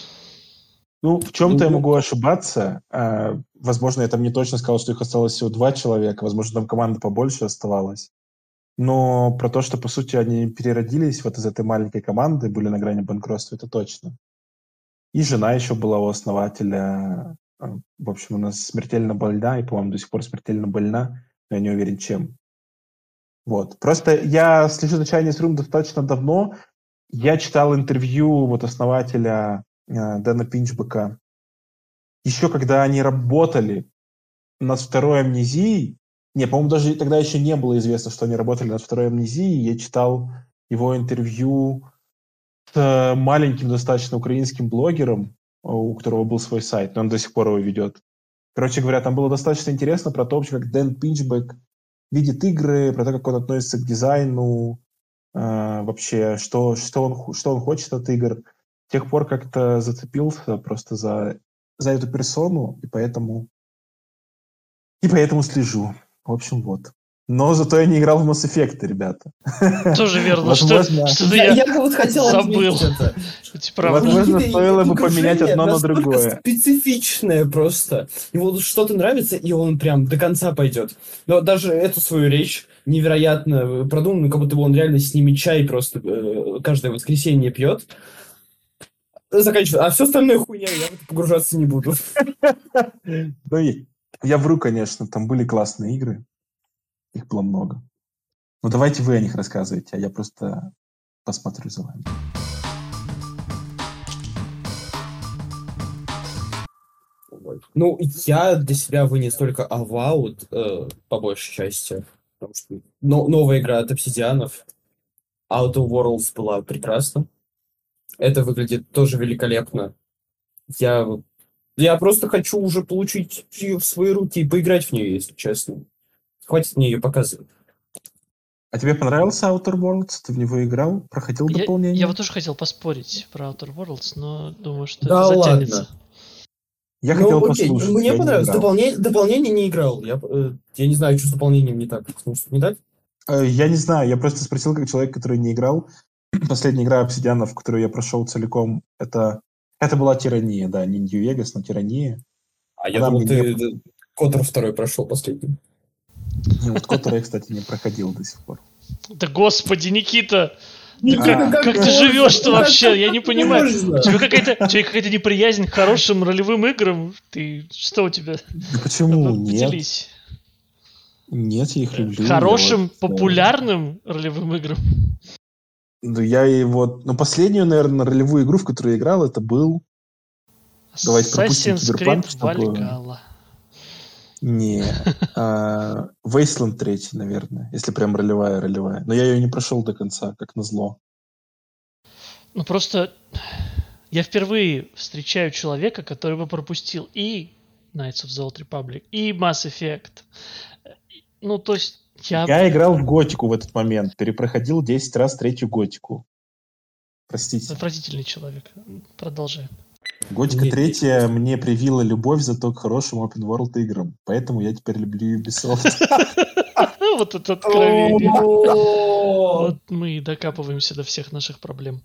Ну, в чем-то я могу ошибаться. А, возможно, я там не точно сказал, что их осталось всего два человека. Возможно, там команда побольше оставалась. Но про то, что, по сути, они переродились вот из этой маленькой команды, были на грани банкротства, это точно. И жена еще была у основателя. В общем, она смертельно больна, и, по-моему, до сих пор смертельно больна. Но я не уверен, чем. Вот. Просто я слежу за Chinese Room достаточно давно. Я читал интервью вот основателя Дэна Пинчбека. Еще когда они работали над второй амнезией, не, по-моему, даже тогда еще не было известно, что они работали над второй амнезией, я читал его интервью с маленьким достаточно украинским блогером, у которого был свой сайт, но он до сих пор его ведет. Короче говоря, там было достаточно интересно про то, как Дэн Пинчбек видит игры, про то, как он относится к дизайну, э, вообще, что, что, он, что он хочет от игр. С тех пор как-то зацепился просто за, за эту персону, и поэтому, и поэтому слежу. В общем, вот. Но зато я не играл в Mass Effect, ребята. Тоже верно, что, что я, я, я вот хотел забыл. Это. Возможно, стоило бы поменять одно на другое. Специфичное просто. Ему что-то нравится, и он прям до конца пойдет. Но даже эту свою речь невероятно продуманную, как будто бы он реально с ними чай просто э, каждое воскресенье пьет. Заканчиваю. А все остальное хуйня, я в это погружаться не буду. Ну, я вру, конечно, там были классные игры. Их было много. Ну, давайте вы о них рассказывайте, а я просто посмотрю за вами. Ну, я для себя вынес только Avowed, э, по большей части. Потому что но, новая игра от обсидианов. Outer Worlds была прекрасна. Это выглядит тоже великолепно. Я, я просто хочу уже получить ее в свои руки и поиграть в нее, если честно. Хватит мне ее показывать. А тебе понравился Outer Worlds? Ты в него играл? Проходил я, дополнение? Я вот тоже хотел поспорить про Outer Worlds, но думаю, что да это затянется. Ладно. Я ну, хотел окей. послушать. Мне я понравилось. Дополнение, дополнение не играл. Я, э, я не знаю, что с дополнением не так. Не так? Я не знаю. Я просто спросил, как человек, который не играл. Последняя игра обсидианов, которую я прошел целиком, это, это была Тирания, да, не Нью-Вегас, но Тирания. А я думал, ты не... Котор второй прошел последний. Не, вот Котора я, кстати, не проходил до сих пор. Да господи, Никита! Никита, а, как, как ты живешь-то вообще? Я не понимаю. У тебя какая-то, у тебя какая-то неприязнь к хорошим ролевым играм. Ты что у тебя? Да почему? Нет. Поделись. Нет, я их люблю. Хорошим, вот, популярным да. ролевым играм? Ну, я и вот... Ну, последнюю, наверное, ролевую игру, в которую я играл, это был... Давайте пропустим Киберпанк, чтобы... Valhalla. Не. uh, Wasteland три, наверное, если прям ролевая, ролевая. Но я ее не прошел до конца, как назло. Ну просто Я впервые встречаю человека, который бы пропустил и Knights of the Old Republic, и Mass Effect. Ну, то есть я... Я играл в Готику в этот момент, перепроходил десять раз третью Готику. Простите. Отвратительный человек. Продолжаем. Готика Нет, третья нет. мне привила любовь зато к хорошим open world играм. Поэтому я теперь люблю Ubisoft. Вот это откровение. О, Вот мы и докапываемся до всех наших проблем.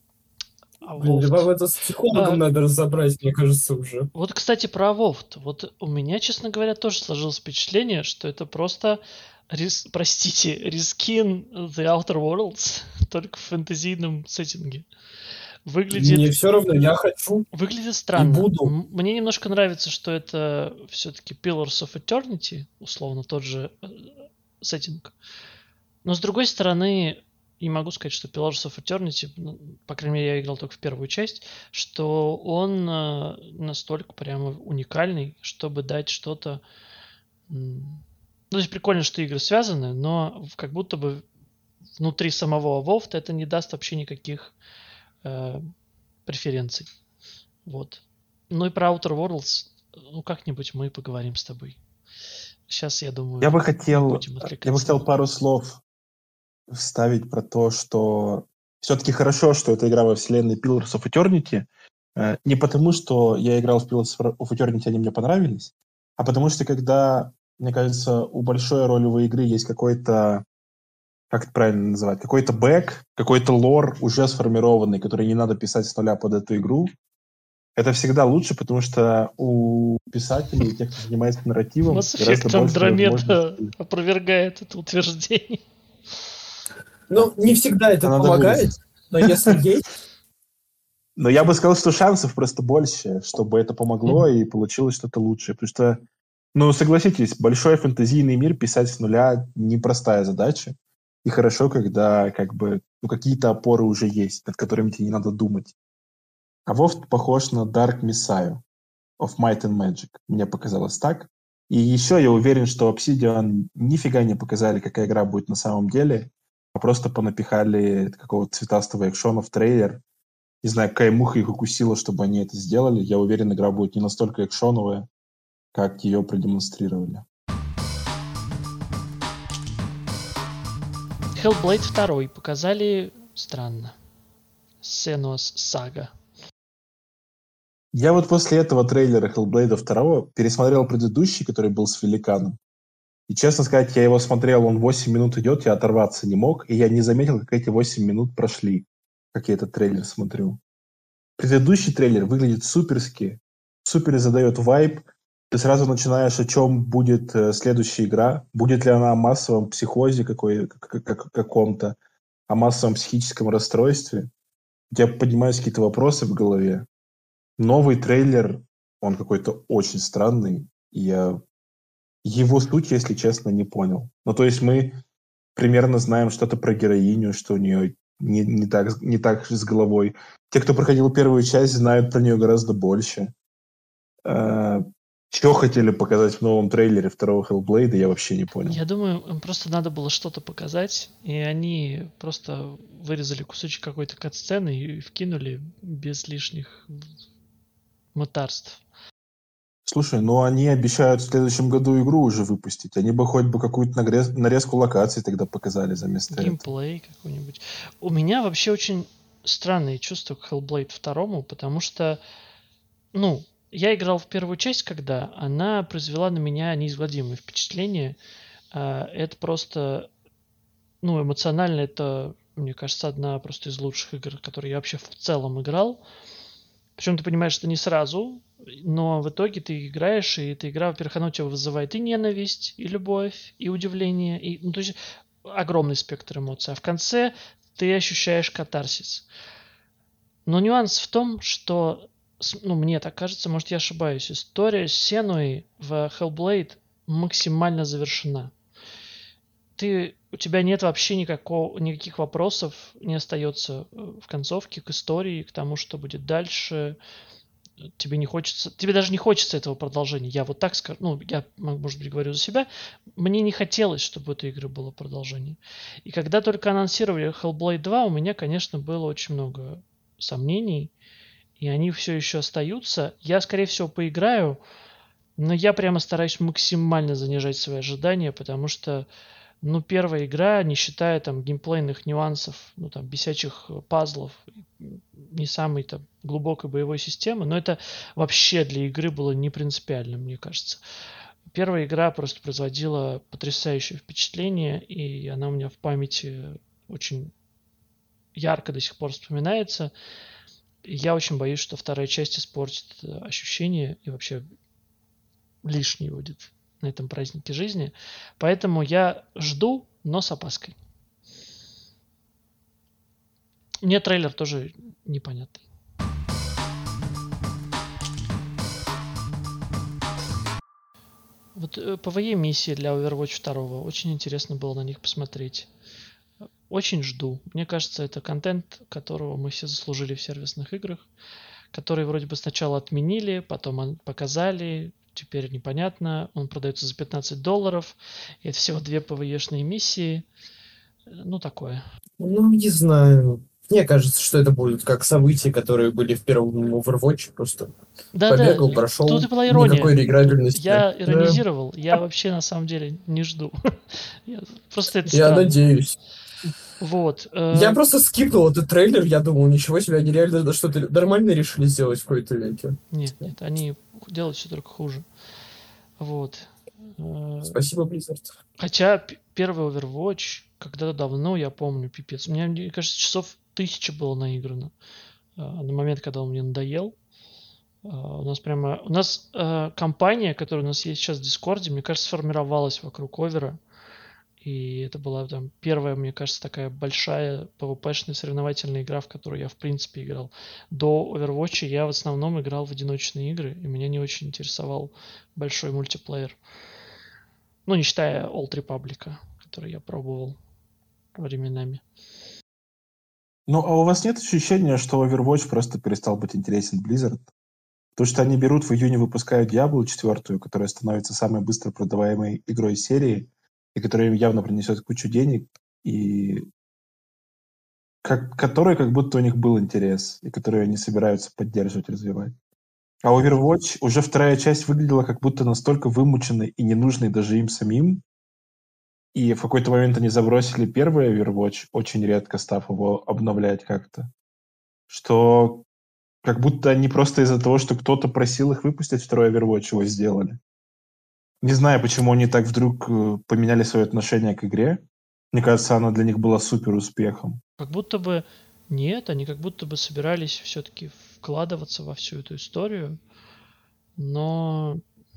А Блин, Вовт. вам это с психологом А. надо разобрать, мне кажется, уже. Вот, кстати, про Вовт. Вот у меня, честно говоря, тоже сложилось впечатление, что это просто, рис- простите, рискин The Outer Worlds, только в фэнтезийном сеттинге. Выглядит, Мне все равно, я хочу. выглядит странно. буду. М- Мне немножко нравится, что это все-таки Pillars of Eternity, условно тот же э, сеттинг. Но с другой стороны, не могу сказать, что Pillars of Eternity, ну, по крайней мере, я играл только в первую часть, что он э, настолько прямо уникальный, чтобы дать что-то... м, Ну, то есть прикольно, что игры связаны, но в- как будто бы внутри самого WoW это не даст вообще никаких э, преференций. Вот. Ну и про Outer Worlds, ну как-нибудь мы поговорим с тобой. Сейчас, я думаю, Я бы хотел, будем я бы отвлекаться. хотел пару слов вставить про то, что все-таки хорошо, что это игра во вселенной Pillars of Eternity. Э, Не потому, что я играл в Pillars of Eternity, они мне понравились, а потому что когда, мне кажется, у большой ролевой игры есть какой-то, как это правильно называть, какой-то бэк, какой-то лор уже сформированный, который не надо писать с нуля под эту игру, это всегда лучше, потому что у писателей, тех, кто занимается нарративом, Mass гораздо Effect больше Andromeda возможностей. опровергает это утверждение. Ну, не всегда это Она помогает, но если есть, Но я бы сказал, что шансов просто больше, чтобы это помогло и получилось что-то лучшее. Потому что, ну, согласитесь, большой фэнтезийный мир писать с нуля непростая задача. И хорошо, когда как бы ну, какие-то опоры уже есть, над которыми тебе не надо думать. А WoW похож на Dark Messiah of Might and Magic. Мне показалось так. И еще я уверен, что Obsidian нифига не показали, какая игра будет на самом деле, а просто понапихали какого-то цветастого экшона в трейлер. Не знаю, какая муха их укусила, чтобы они это сделали. Я уверен, игра будет не настолько экшоновая, как ее продемонстрировали. Hellblade два показали странно. Senua's Saga. Я вот после этого трейлера Hellblade два пересмотрел предыдущий, который был с Великаном. И, честно сказать, я его смотрел, он восемь минут идет, я оторваться не мог, и я не заметил, как эти восемь минут прошли, как я этот трейлер смотрю. Предыдущий трейлер выглядит суперски, супер задает вайб. Ты сразу начинаешь, о чем будет э, следующая игра. Будет ли она о массовом психозе какой, как, как, каком-то, о массовом психическом расстройстве. У тебя поднимаются какие-то вопросы в голове. Новый трейлер, он какой-то очень странный. И я его суть, если честно, не понял. Ну, то есть мы примерно знаем что-то про героиню, что у нее не, не, так, не так с головой. Те, кто проходил первую часть, знают про нее гораздо больше. Э, Что хотели показать в новом трейлере второго Hellblade, я вообще не понял. Я думаю, им просто надо было что-то показать, и они просто вырезали кусочек какой-то кат-сцены и вкинули без лишних мытарств. Слушай, ну они обещают в следующем году игру уже выпустить. Они бы хоть бы какую-то нагрез... нарезку локаций тогда показали за место этого. Геймплей какой-нибудь. У меня вообще очень странные чувства к Hellblade два, потому что, ну, я играл в первую часть, когда она произвела на меня неизгладимое впечатление. А, Это просто, ну, эмоционально это, мне кажется, одна просто из лучших игр, которые я вообще в целом играл. Причем ты понимаешь, что не сразу, но в итоге ты играешь, и эта игра, во-первых, она у тебя вызывает и ненависть, и любовь, и удивление, и, ну, то есть огромный спектр эмоций. А в конце ты ощущаешь катарсис. Но нюанс в том, что, с- ну, мне так кажется, может, я ошибаюсь, история с Сенуей в Hellblade максимально завершена. Ты, у тебя нет вообще никакого, никаких вопросов, не остается э, в концовке к истории, к тому, что будет дальше. Тебе не хочется, тебе даже не хочется этого продолжения. Я вот так скажу, ну, я, м- может быть, говорю за себя. Мне не хотелось, чтобы у этой игры было продолжение. И когда только анонсировали Hellblade два, у меня, конечно, было очень много сомнений. и они все еще остаются. Я, скорее всего, поиграю, но я прямо стараюсь максимально занижать свои ожидания, потому что, ну, первая игра, не считая там геймплейных нюансов, ну, там, бесячих э, пазлов, не самой там глубокой боевой системы, но это вообще для игры было не принципиально, мне кажется. Первая игра просто производила потрясающее впечатление, и она у меня в памяти очень ярко до сих пор вспоминается. И я очень боюсь, что вторая часть испортит э, ощущение и вообще лишней будет на этом празднике жизни. Поэтому я жду, но с опаской. Мне трейлер тоже непонятный. Вот э, PvE-миссии для Overwatch два. Очень интересно было на них посмотреть. Очень жду. Мне кажется, это контент, которого мы все заслужили в сервисных играх, который вроде бы сначала отменили, потом он- показали, теперь непонятно. Он продается за пятнадцать долларов. И это всего две PvE-шные миссии. Э, Ну, такое. Ну, не знаю. Мне кажется, что это будут как события, которые были в первом Overwatch. Просто Да-да, побегал, тут прошел, и была ирония. никакой реиграбельности. Я Да, иронизировал. Я вообще на самом деле не жду. Я- Просто это я странно. надеюсь. Вот. Я э, просто скипнул этот трейлер, я думал, ничего себе, они реально что-то нормально решили сделать в какой-то веке. Нет, нет, они делают все только хуже. Вот. Э, Спасибо, Blizzard. Хотя п- первый Overwatch, когда-то давно, я помню, пипец. У меня, мне кажется, часов тысяча было наиграно. э, На момент, когда он мне надоел. Э, У нас прямо... У нас э, компания, которая у нас есть сейчас в Дискорде, мне кажется, сформировалась вокруг Овера. И это была там первая, мне кажется, такая большая пи ви пи-шная соревновательная игра, в которую я в принципе играл. До Overwatch я в основном играл в одиночные игры, и меня не очень интересовал большой мультиплеер. Ну, не считая Old Republic, который я пробовал временами. Ну, а у вас нет ощущения, что Overwatch просто перестал быть интересен Blizzard? Потому что они берут в июне, выпускают Diablo четыре, которая становится самой быстро продаваемой игрой серии, и которая им явно принесет кучу денег, и как, которой как будто у них был интерес, и которую они собираются поддерживать, развивать. А Overwatch, уже вторая часть выглядела как будто настолько вымученной и ненужной даже им самим, и в какой-то момент они забросили первый Overwatch, очень редко став его обновлять как-то, что как будто они просто из-за того, что кто-то просил их выпустить второй Overwatch, его сделали. Не знаю, почему они так вдруг э, поменяли свое отношение к игре. Мне кажется, она для них была супер успехом. Как будто бы нет, они как будто бы собирались все-таки вкладываться во всю эту историю, но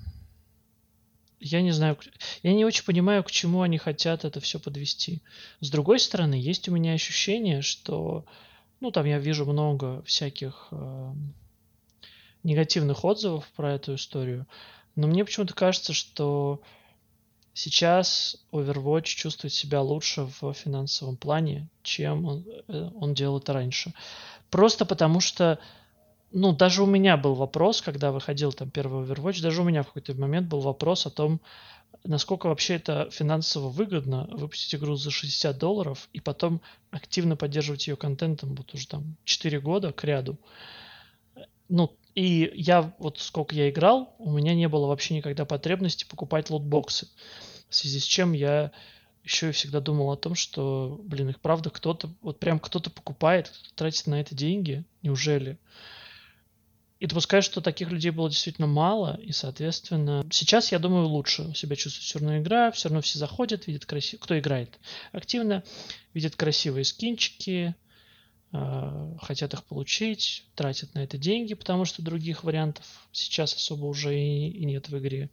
я не знаю, к- я не очень понимаю, к чему они хотят это все подвести. С другой стороны, есть у меня ощущение, что, ну, там я вижу много всяких э, негативных отзывов про эту историю, но мне почему-то кажется, что сейчас Overwatch чувствует себя лучше в финансовом плане, чем он, э, он делал это раньше. Просто потому что, ну, даже у меня был вопрос, когда выходил там первый Overwatch, даже у меня в какой-то момент был вопрос о том, насколько вообще это финансово выгодно выпустить игру за шестьдесят долларов и потом активно поддерживать ее контентом вот уже там четыре года к ряду. Ну, и я вот сколько я играл, у меня не было вообще никогда потребности покупать лутбоксы. В связи с чем я еще и всегда думал о том, что, блин, их правда кто-то, вот прям кто-то покупает, кто-то тратит на это деньги. Неужели? И допускаю, что таких людей было действительно мало, и, соответственно, сейчас, я думаю, лучше себя чувствует все равно игра, все равно все заходят, видят красиво, кто играет активно, видят красивые скинчики, э, хотят их получить, тратят на это деньги, потому что других вариантов сейчас особо уже и, и нет в игре.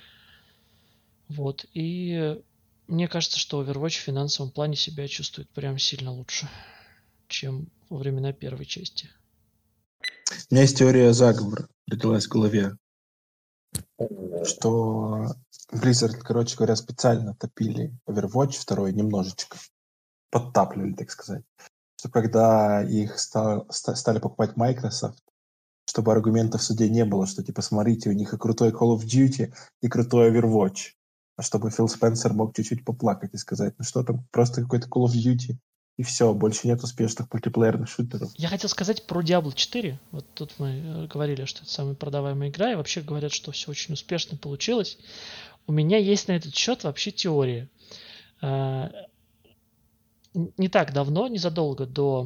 Вот, и мне кажется, что Overwatch в финансовом плане себя чувствует прям сильно лучше, чем во времена первой части. У меня есть теория заговора, родилась в голове, что Blizzard, короче говоря, специально топили Overwatch два немножечко, подтапливали, так сказать, что когда их стал, ста- стали покупать Microsoft, чтобы аргументов в суде не было, что типа смотрите, у них и крутой Call of Duty, и крутой Overwatch, а чтобы Фил Спенсер мог чуть-чуть поплакать и сказать, ну что там, просто какой-то Call of Duty, и все, больше нет успешных мультиплеерных шутеров. Я хотел сказать про Diablo четыре. Вот тут мы говорили, что это самая продаваемая игра, и вообще говорят, что все очень успешно получилось. У меня есть на этот счет вообще теория. Не так давно, незадолго до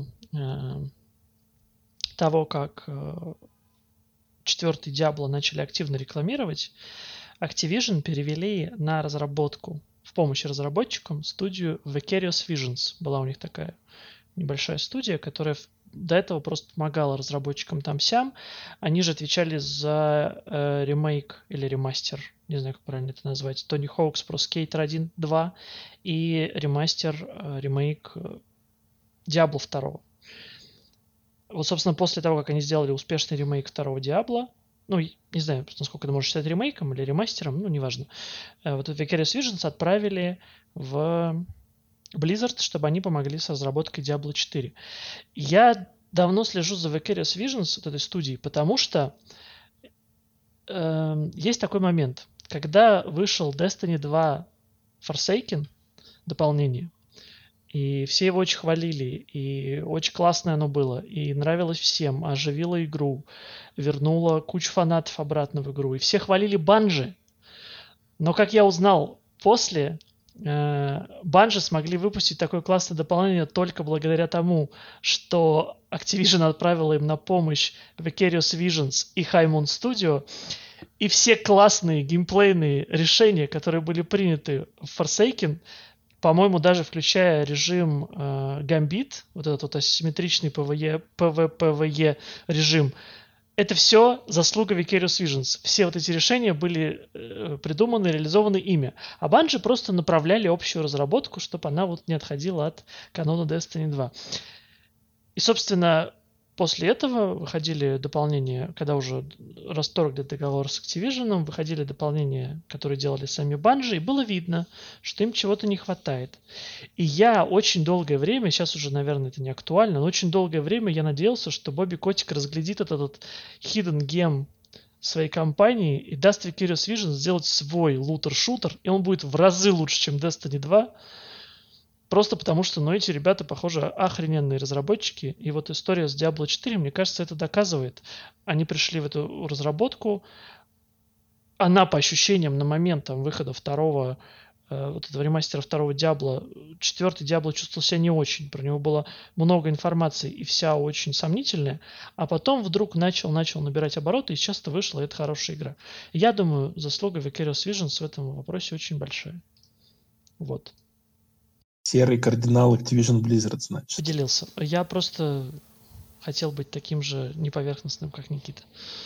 того, как четвертый Diablo начали активно рекламировать, Activision перевели на разработку, в помощь разработчикам, студию Vicarious Visions. Была у них такая небольшая студия, которая до этого просто помогала разработчикам там-сям. Они же отвечали за э, ремейк или ремастер, не знаю, как правильно это назвать, Tony Hawk's Pro Skater один два и ремастер, э, ремейк э, Diablo два. Вот, собственно, после того, как они сделали успешный ремейк второго Diablo, ну, не знаю, насколько это можно считать ремейком или ремастером, ну, неважно. Вот Vicarious Visions отправили в Blizzard, чтобы они помогли с разработкой Diablo четыре. Я давно слежу за Vicarious Visions, вот этой студией, потому что э, есть такой момент. Когда вышел Destiny два Forsaken, дополнение, и все его очень хвалили, и очень классное оно было, и нравилось всем, оживило игру, вернуло кучу фанатов обратно в игру, и все хвалили Bungie. Но, как я узнал после, Bungie смогли выпустить такое классное дополнение только благодаря тому, что Activision отправила им на помощь Vicarious Visions и High Moon Studio, и все классные геймплейные решения, которые были приняты в Forsaken, по-моему, даже включая режим э, Gambit, вот этот вот асимметричный PvE, PvPvE режим, это все заслуга Vicarious Visions. Все вот эти решения были э, придуманы, реализованы ими. А Bungie просто направляли общую разработку, чтобы она вот не отходила от канона Destiny два. И, собственно, после этого выходили дополнения, когда уже расторгли договор с Activision, выходили дополнения, которые делали сами Bungie, и было видно, что им чего-то не хватает. И я очень долгое время, сейчас уже, наверное, это не актуально, но очень долгое время я надеялся, что Бобби Котик разглядит этот, этот hidden gem своей компании и даст Vicarious Visions сделать свой лутер-шутер, и он будет в разы лучше, чем Destiny два. Просто потому что, ну, эти ребята, похоже, охрененные разработчики. И вот история с Diablo четыре, мне кажется, это доказывает. Они пришли в эту разработку. Она, по ощущениям, на момент там, выхода второго, э, вот этого ремастера второго Diablo, четвертый Diablo чувствовал себя не очень. Про него было много информации, и вся очень сомнительная. А потом вдруг начал, начал набирать обороты, и сейчас-то вышла, и это хорошая игра. Я думаю, заслуга Vicarious Visions в этом вопросе очень большая. Вот. Серый кардинал Activision Blizzard, значит. Поделился. Я просто хотел быть таким же неповерхностным, как Никита.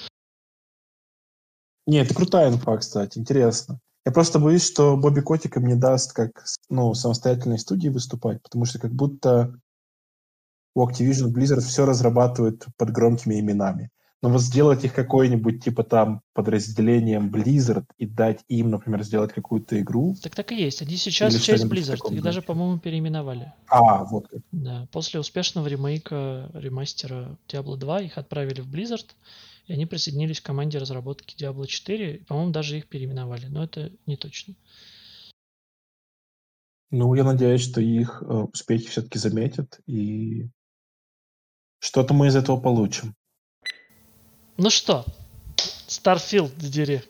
Нет, это крутая инфа, кстати, интересно. Я просто боюсь, что Бобби Котик им не даст как, ну, самостоятельной студии выступать, потому что как будто у Activision Blizzard все разрабатывают под громкими именами. Но вот сделать их какой-нибудь, типа там, подразделением Blizzard и дать им, например, сделать какую-то игру. Так так и есть. Они сейчас или часть что-нибудь в Blizzard. таком Их даже, духе. по-моему, переименовали. А, вот как. Да. После успешного ремейка, ремастера Diablo два их отправили в Blizzard, и они присоединились к команде разработки Diablo четыре. И, по-моему, даже их переименовали. Но это не точно. Ну, я надеюсь, что их э, успехи все-таки заметят, и что-то мы из этого получим. Ну что, Starfield Direct.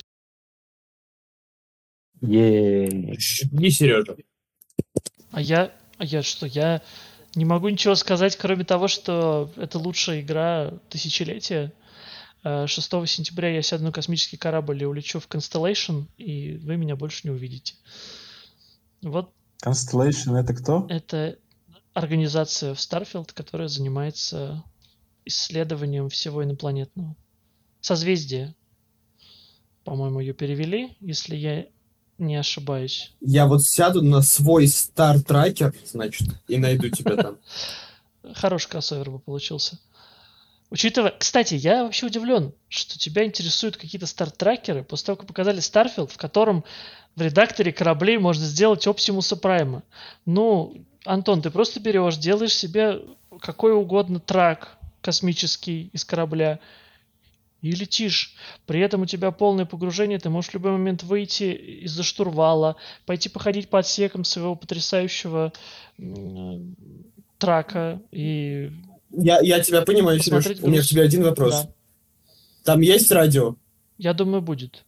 Ей. Не, Сережа. А я, а я что, я не могу ничего сказать, кроме того, что это лучшая игра тысячелетия. шестого сентября я сяду на космический корабль и улечу в Constellation, и вы меня больше не увидите. Вот. Constellation — это кто? Это организация в Starfield, которая занимается исследованием всего инопланетного. Созвездие, по-моему, ее перевели, если я не ошибаюсь. Я вот сяду на свой Star-трекер, значит, и найду тебя там. Хороший кроссовер бы получился. Учитывая... Кстати, я вообще удивлен, что тебя интересуют какие-то стартрекеры после того, как показали Starfield, в котором в редакторе кораблей можно сделать Оптимуса Прайма. Ну, Антон, ты просто берешь, делаешь себе какой угодно трак космический из корабля и летишь. При этом у тебя полное погружение, ты можешь в любой момент выйти из-за штурвала, пойти походить по отсекам своего потрясающего трака и Я, я тебя понимаю, Сереж. посмотреть У меня к груз. тебе один вопрос. Да. Там есть радио? Я думаю, будет.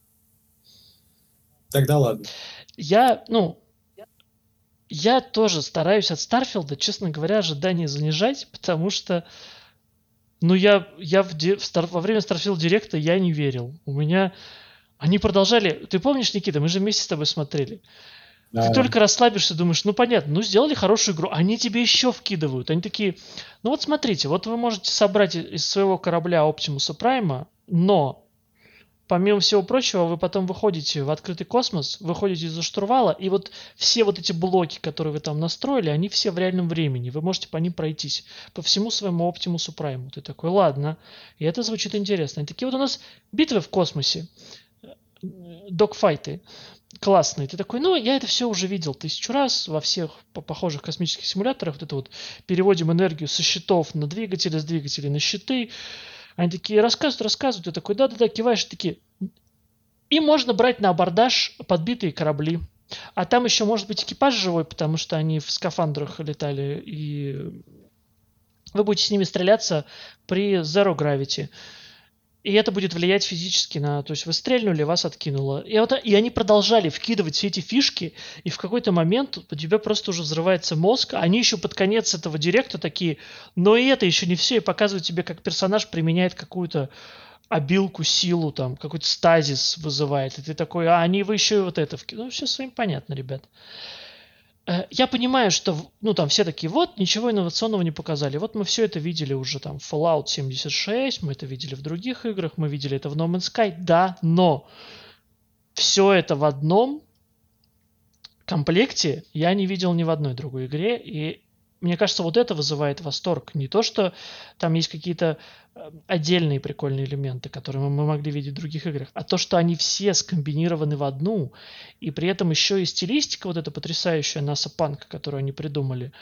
Тогда ладно. Я, ну, я тоже стараюсь от Старфилда, честно говоря, ожидания занижать, потому что, ну, я, я в, де- в Стар- во время Starfield Директа я не верил. У меня... Они продолжали... Ты помнишь, Никита, мы же вместе с тобой смотрели. Ты Да. только расслабишься, думаешь, ну понятно, ну сделали хорошую игру, они тебе еще вкидывают. Они такие, ну вот смотрите, вот вы можете собрать из своего корабля Оптимуса Прайма, но помимо всего прочего вы потом выходите в открытый космос, выходите из-за штурвала, и вот все вот эти блоки, которые вы там настроили, они все в реальном времени. Вы можете по ним пройтись, по всему своему Оптимусу Прайму. Ты такой, ладно, и это звучит интересно. И такие вот у нас битвы в космосе, догфайты классные. Ты такой, ну, я это все уже видел тысячу раз во всех похожих космических симуляторах. Вот это вот переводим энергию со щитов на двигатели, с двигателей на щиты. Они такие рассказывают, рассказывают. Ты такой, да-да-да, киваешь, такие. И можно брать на абордаж подбитые корабли. А там еще может быть экипаж живой, потому что они в скафандрах летали. И вы будете с ними стреляться при Zero Gravity. И это будет влиять физически на... То есть вы стрельнули, вас откинуло. И, вот, и они продолжали вкидывать все эти фишки, и в какой-то момент у тебя просто уже взрывается мозг. Они еще под конец этого директа такие, но и это еще не все, и показывают тебе, как персонаж применяет какую-то обилку, силу, там, какой-то стазис вызывает. И ты такой, а они вы еще и вот это вкидывают. Ну, все с вами понятно, ребят. Я понимаю, что, ну, там все такие, вот, ничего инновационного не показали. Вот мы все это видели уже там в Fallout семьдесят шесть, мы это видели в других играх, мы видели это в No Man's Sky, да, но все это в одном комплекте я не видел ни в одной другой игре, и мне кажется, вот это вызывает восторг. Не то, что там есть какие-то отдельные прикольные элементы, которые мы могли видеть в других играх, а то, что они все скомбинированы в одну, и при этом еще и стилистика вот эта потрясающая NASA Punk, которую они придумали.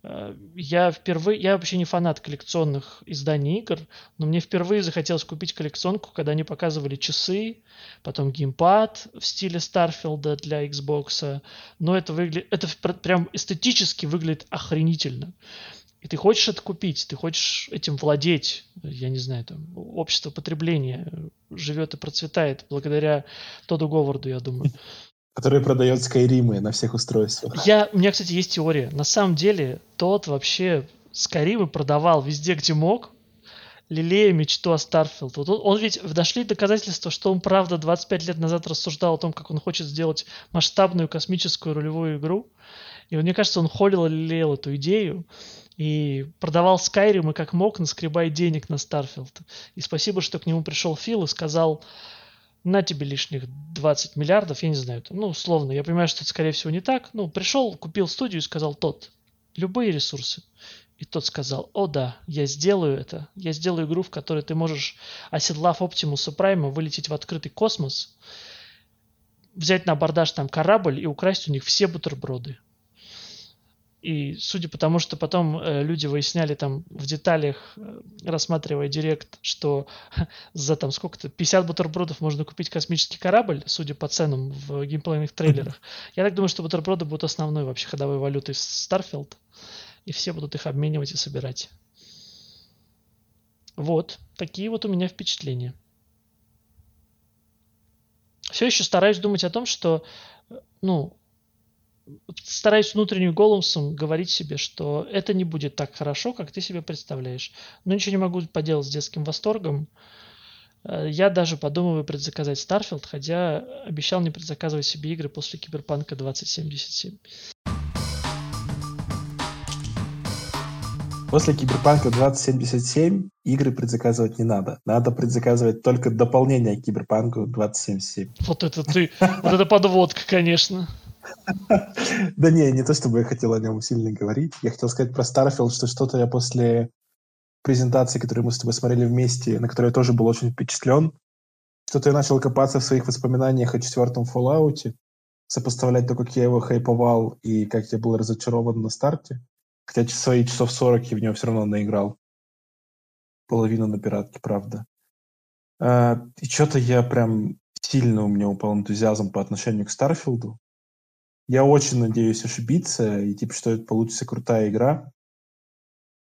Я впервые, я вообще не фанат коллекционных изданий игр, но мне впервые захотелось купить коллекционку, когда они показывали часы, потом геймпад в стиле Старфилда для Xbox, но это выглядит, это прям эстетически выглядит охренительно. И ты хочешь это купить, ты хочешь этим владеть, я не знаю, там, общество потребления живет и процветает благодаря Тодду Говарду, я думаю. Который продает Скайримы на всех устройствах. Я, у меня, кстати, есть теория. На самом деле, тот вообще Скайримы продавал везде, где мог, лелея мечту о Старфилд. Вот он, он ведь нашли доказательства, что он, правда, двадцать пять лет назад рассуждал о том, как он хочет сделать масштабную космическую ролевую игру. И мне кажется, он холил и лелеял эту идею. И продавал Скайримы как мог, наскребая денег на Старфилд. И спасибо, что к нему пришел Фил и сказал, на тебе лишних двадцать миллиардов, я не знаю, там, ну, условно, я понимаю, что это, скорее всего, не так. Ну, пришел, купил студию и сказал, тот, любые ресурсы. И тот сказал, о да, я сделаю это. Я сделаю игру, в которой ты можешь, оседлав Оптимуса Прайма, вылететь в открытый космос, взять на абордаж там корабль и украсть у них все бутерброды. И судя по тому, что потом э, люди выясняли там в деталях, э, рассматривая директ, что за там сколько-то пятьдесят бутербродов можно купить космический корабль, судя по ценам в геймплейных трейлерах, я так думаю, что бутерброды будут основной вообще ходовой валютой Starfield, и все будут их обменивать и собирать. Вот, такие вот у меня впечатления. Все еще стараюсь думать о том, что, ну, стараюсь внутренним голосом говорить себе, что это не будет так хорошо, как ты себе представляешь. Но ничего не могу поделать с детским восторгом. Я даже подумываю предзаказать Starfield, хотя обещал не предзаказывать себе игры после Киберпанка двадцать семьдесят семь. После Киберпанка двадцать семьдесят семь игры предзаказывать не надо. Надо предзаказывать только дополнение к Киберпанку двадцать семьдесят семь. Вот это ты, вот это подводка, конечно. Да не, не то чтобы я хотел о нем сильно говорить. Я хотел сказать про Starfield, что что-то я после презентации, которую мы с тобой смотрели вместе, на которой я тоже был очень впечатлен, что-то я начал копаться в своих воспоминаниях о четвертом Fallout, сопоставлять то, как я его хайповал и как я был разочарован на старте. Хотя свои часов сорок я в него все равно наиграл. Половину на пиратке, правда. А, и что-то я прям сильно у меня упал энтузиазм по отношению к Старфилду. Я очень надеюсь ошибиться, и типа, что это получится крутая игра.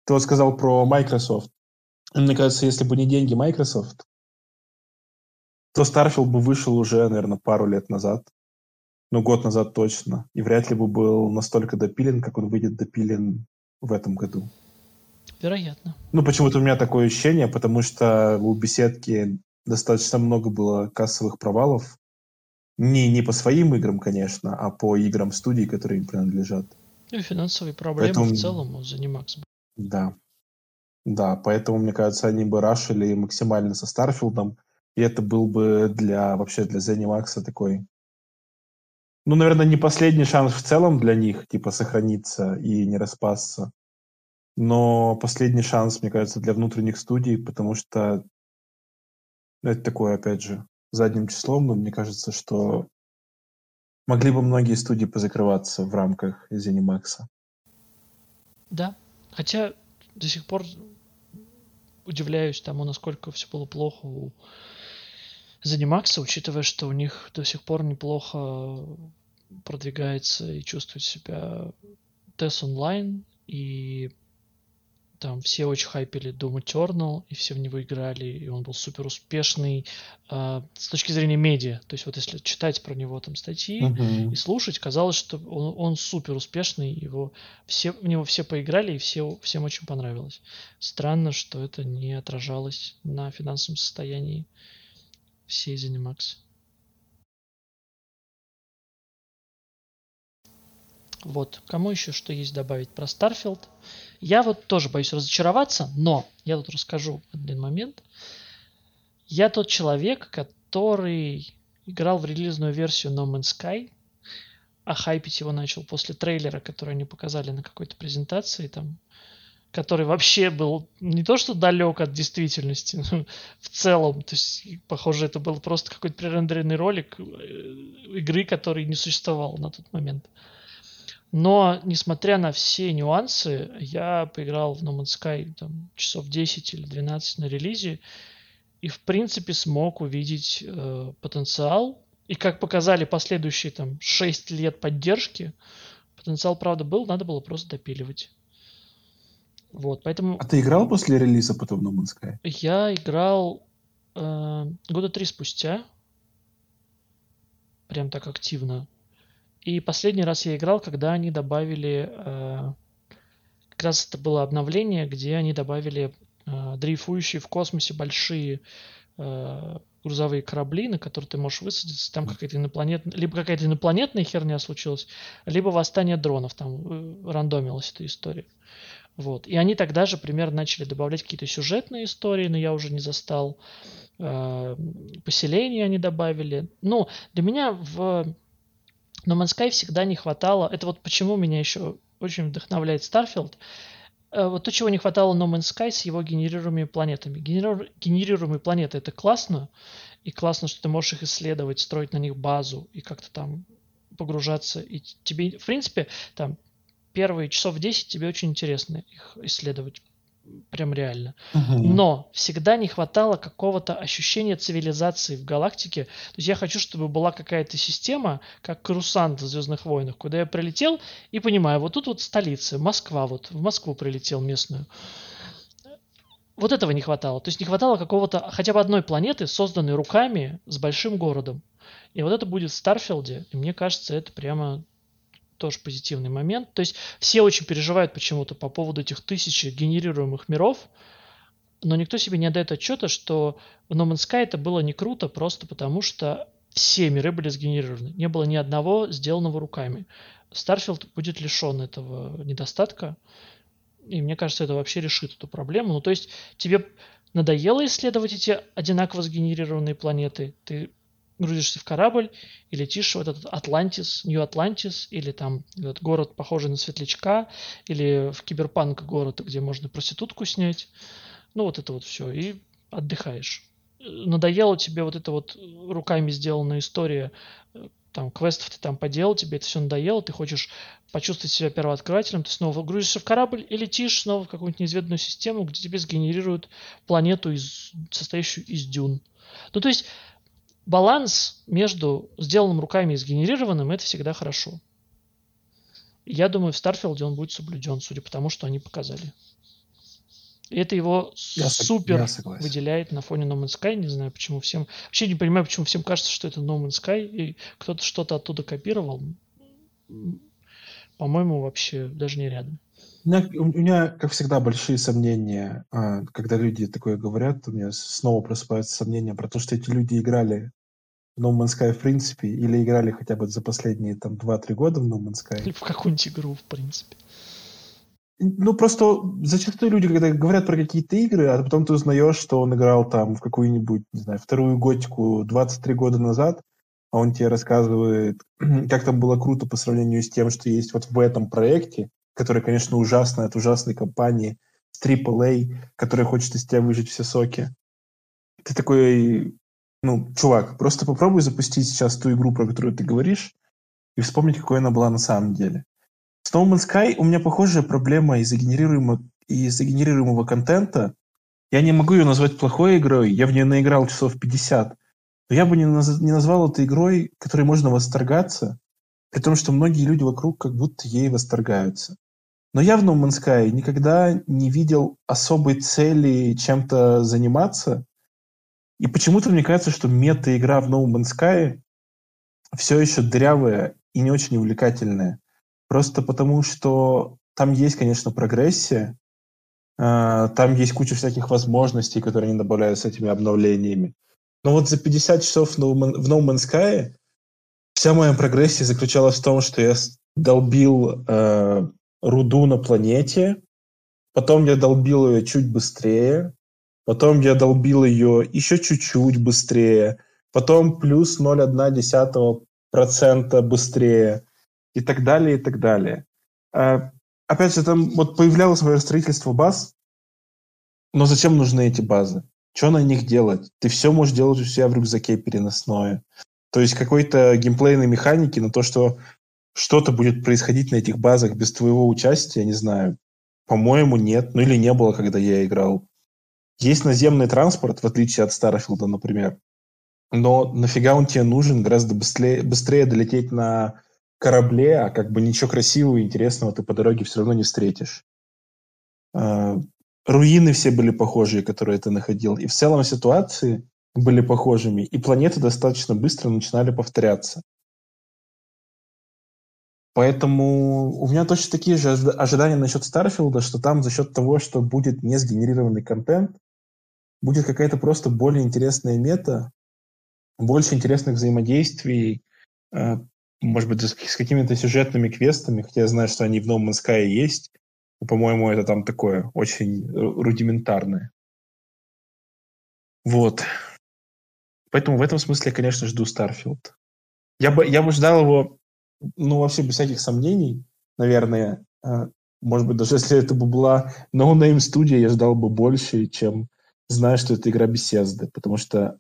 Ты вот сказал про Microsoft. Мне кажется, если бы не деньги Microsoft, то Starfield бы вышел уже, наверное, пару лет назад. Ну, год назад точно. И вряд ли бы был настолько допилен, как он выйдет допилен в этом году. Вероятно. Ну, почему-то у меня такое ощущение, потому что у беседки достаточно много было кассовых провалов. Не, не по своим играм, конечно, а по играм студий, которые им принадлежат. Ну и финансовые проблемы Поэтому, в целом у ZeniMax. да, да, поэтому, мне кажется, они бы рашили максимально со Старфилдом, и это был бы для, вообще для ZeniMax такой, ну, наверное, не последний шанс в целом для них, типа, сохраниться и не распасться, но последний шанс, мне кажется, для внутренних студий, потому что ну, это такое, опять же, задним числом, но мне кажется, что могли бы многие студии позакрываться в рамках ZeniMax. Да, хотя до сих пор удивляюсь тому, насколько все было плохо у ZeniMax, учитывая, что у них до сих пор неплохо продвигается и чувствует себя Тес Онлайн, и там все очень хайпели Doom Eternal, и все в него играли, и он был супер успешный э, с точки зрения медиа. То есть вот если читать про него там статьи Угу. и слушать, казалось, что он, он супер успешный, его все, в него все поиграли, и все, всем очень понравилось. Странно, что это не отражалось на финансовом состоянии всей ZeniMax. Вот, кому еще что есть добавить про Starfield? Я вот тоже боюсь разочароваться, но я тут расскажу один момент. Я тот человек, который играл в релизную версию No Man's Sky, а хайпить его начал после трейлера, который они показали на какой-то презентации, там, который вообще был не то что далек от действительности, но в целом. То есть, похоже, это был просто какой-то пререндеренный ролик игры, который не существовал на тот момент. Но, несмотря на все нюансы, я поиграл в No Man's Sky там, часов десять или двенадцать на релизе и, в принципе, смог увидеть э, потенциал. И, как показали последующие там, шесть лет поддержки, потенциал, правда, был, надо было просто допиливать. Вот, поэтому... А ты играл после релиза потом No Man's Sky? Я играл э, года три спустя. Прям так активно. И последний раз я играл, когда они добавили... Э, как раз это было обновление, где они добавили э, дрейфующие в космосе большие э, грузовые корабли, на которые ты можешь высадиться. Там какая-то инопланетная... Либо какая-то инопланетная херня случилась, либо восстание дронов. Там э, рандомилась эта история. Вот. И они тогда же примерно начали добавлять какие-то сюжетные истории, но я уже не застал. Э, поселения они добавили. Ну, для меня в No Man's Sky всегда не хватало... Это вот почему меня еще очень вдохновляет Starfield. Э, вот то, чего не хватало No Man's Sky с его генерируемыми планетами. Генерир... Генерируемые планеты — это классно. И классно, что ты можешь их исследовать, строить на них базу и как-то там погружаться. И тебе, в принципе, там первые часов десять тебе очень интересно их исследовать. Прям реально. Угу. Но всегда не хватало какого-то ощущения цивилизации в галактике. То есть я хочу, чтобы была какая-то система, как Корусант в «Звездных войнах», куда я прилетел и понимаю, вот тут вот столица, Москва, вот в Москву прилетел местную. Вот этого не хватало. То есть не хватало какого-то, хотя бы одной планеты, созданной руками с большим городом. И вот это будет в Старфилде. И мне кажется, это прямо... тоже позитивный момент. То есть все очень переживают почему-то по поводу этих тысяч генерируемых миров, но никто себе не отдает отчета, что в No Man's Sky это было не круто, просто потому что все миры были сгенерированы. Не было ни одного сделанного руками. Starfield будет лишен этого недостатка, и мне кажется, это вообще решит эту проблему. Ну, то есть тебе надоело исследовать эти одинаково сгенерированные планеты, ты грузишься в корабль и летишь в этот Атлантис, Нью-Атлантис, или там этот город, похожий на Светлячка, или в Киберпанк город, где можно проститутку снять. Ну, вот это вот все. И отдыхаешь. Надоело тебе вот эта вот руками сделанная история, там, квестов ты там поделал, тебе это все надоело, ты хочешь почувствовать себя первооткрывателем, ты снова грузишься в корабль и летишь снова в какую-нибудь неизведанную систему, где тебе сгенерируют планету, из, состоящую из дюн. Ну, то есть баланс между сделанным руками и сгенерированным — это всегда хорошо. Я думаю, в Старфилде он будет соблюден, судя по тому, что они показали. И это его Я, супер я согласен. выделяет на фоне No Man's Sky. Не знаю, почему всем... Вообще не понимаю, почему всем кажется, что это No Man's Sky, и кто-то что-то оттуда копировал. По-моему, вообще даже не рядом. У меня, у меня, как всегда, большие сомнения, а, когда люди такое говорят. У меня снова просыпаются сомнения про то, что эти люди играли в No Man's Sky в принципе, или играли хотя бы за последние там два-три года в No Man's Sky. Или в какую-нибудь игру, в принципе. Ну, просто зачастую люди, когда говорят про какие-то игры, а потом ты узнаешь, что он играл там в какую-нибудь, не знаю, вторую готику двадцать три года назад, а он тебе рассказывает, как там было круто по сравнению с тем, что есть вот в этом проекте, который, конечно, ужасный, от ужасной компании, с трипл эй, которая хочет из тебя выжать все соки. Ты такой, ну, чувак, просто попробуй запустить сейчас ту игру, про которую ты говоришь, и вспомнить, какой она была на самом деле. С No Man's Sky у меня похожая проблема из-за генерируемого, из-за генерируемого контента. Я не могу ее назвать плохой игрой, я в нее наиграл часов пятьдесят, но я бы не, наз... не назвал это игрой, которой можно восторгаться, при том, что многие люди вокруг как будто ей восторгаются. Но я в No Man's Sky никогда не видел особой цели чем-то заниматься, и почему-то мне кажется, что мета-игра в No Man's Sky все еще дырявая и не очень увлекательная. Просто потому, что там есть, конечно, прогрессия, э, там есть куча всяких возможностей, которые они добавляют с этими обновлениями. Но вот за пятьдесят часов в No, Man, в No Man's Sky вся моя прогрессия заключалась в том, что я долбил э, руду на планете, потом я долбил ее чуть быстрее, потом я долбил ее еще чуть-чуть быстрее, потом плюс ноль целых одна десятая процента быстрее, и так далее, и так далее. А, опять же, там вот появлялось свое строительство баз, но зачем нужны эти базы? Что на них делать? Ты все можешь делать у себя в рюкзаке переносное. То есть какой-то геймплейной механики на то, что что-то будет происходить на этих базах без твоего участия, не знаю. По-моему, нет. Ну или не было, когда я играл. Есть наземный транспорт, в отличие от Starfield, например. Но нафига он тебе нужен? Гораздо быстрее, быстрее долететь на корабле, а как бы ничего красивого и интересного ты по дороге все равно не встретишь. Uh, руины все были похожие, которые ты находил. И в целом ситуации были похожими. И планеты достаточно быстро начинали повторяться. Поэтому у меня точно такие же ожидания насчет Старфилда, что там за счет того, что будет не сгенерированный контент, будет какая-то просто более интересная мета, больше интересных взаимодействий, uh, может быть, с какими-то сюжетными квестами, хотя я знаю, что они в No Man's Sky есть. По-моему, это там такое очень рудиментарное. Вот. Поэтому в этом смысле я, конечно, жду Starfield. Я бы, я бы ждал его, ну, вообще без всяких сомнений, наверное. Может быть, даже если это бы была no-name студия, я ждал бы больше, чем зная, что это игра Bethesda, потому что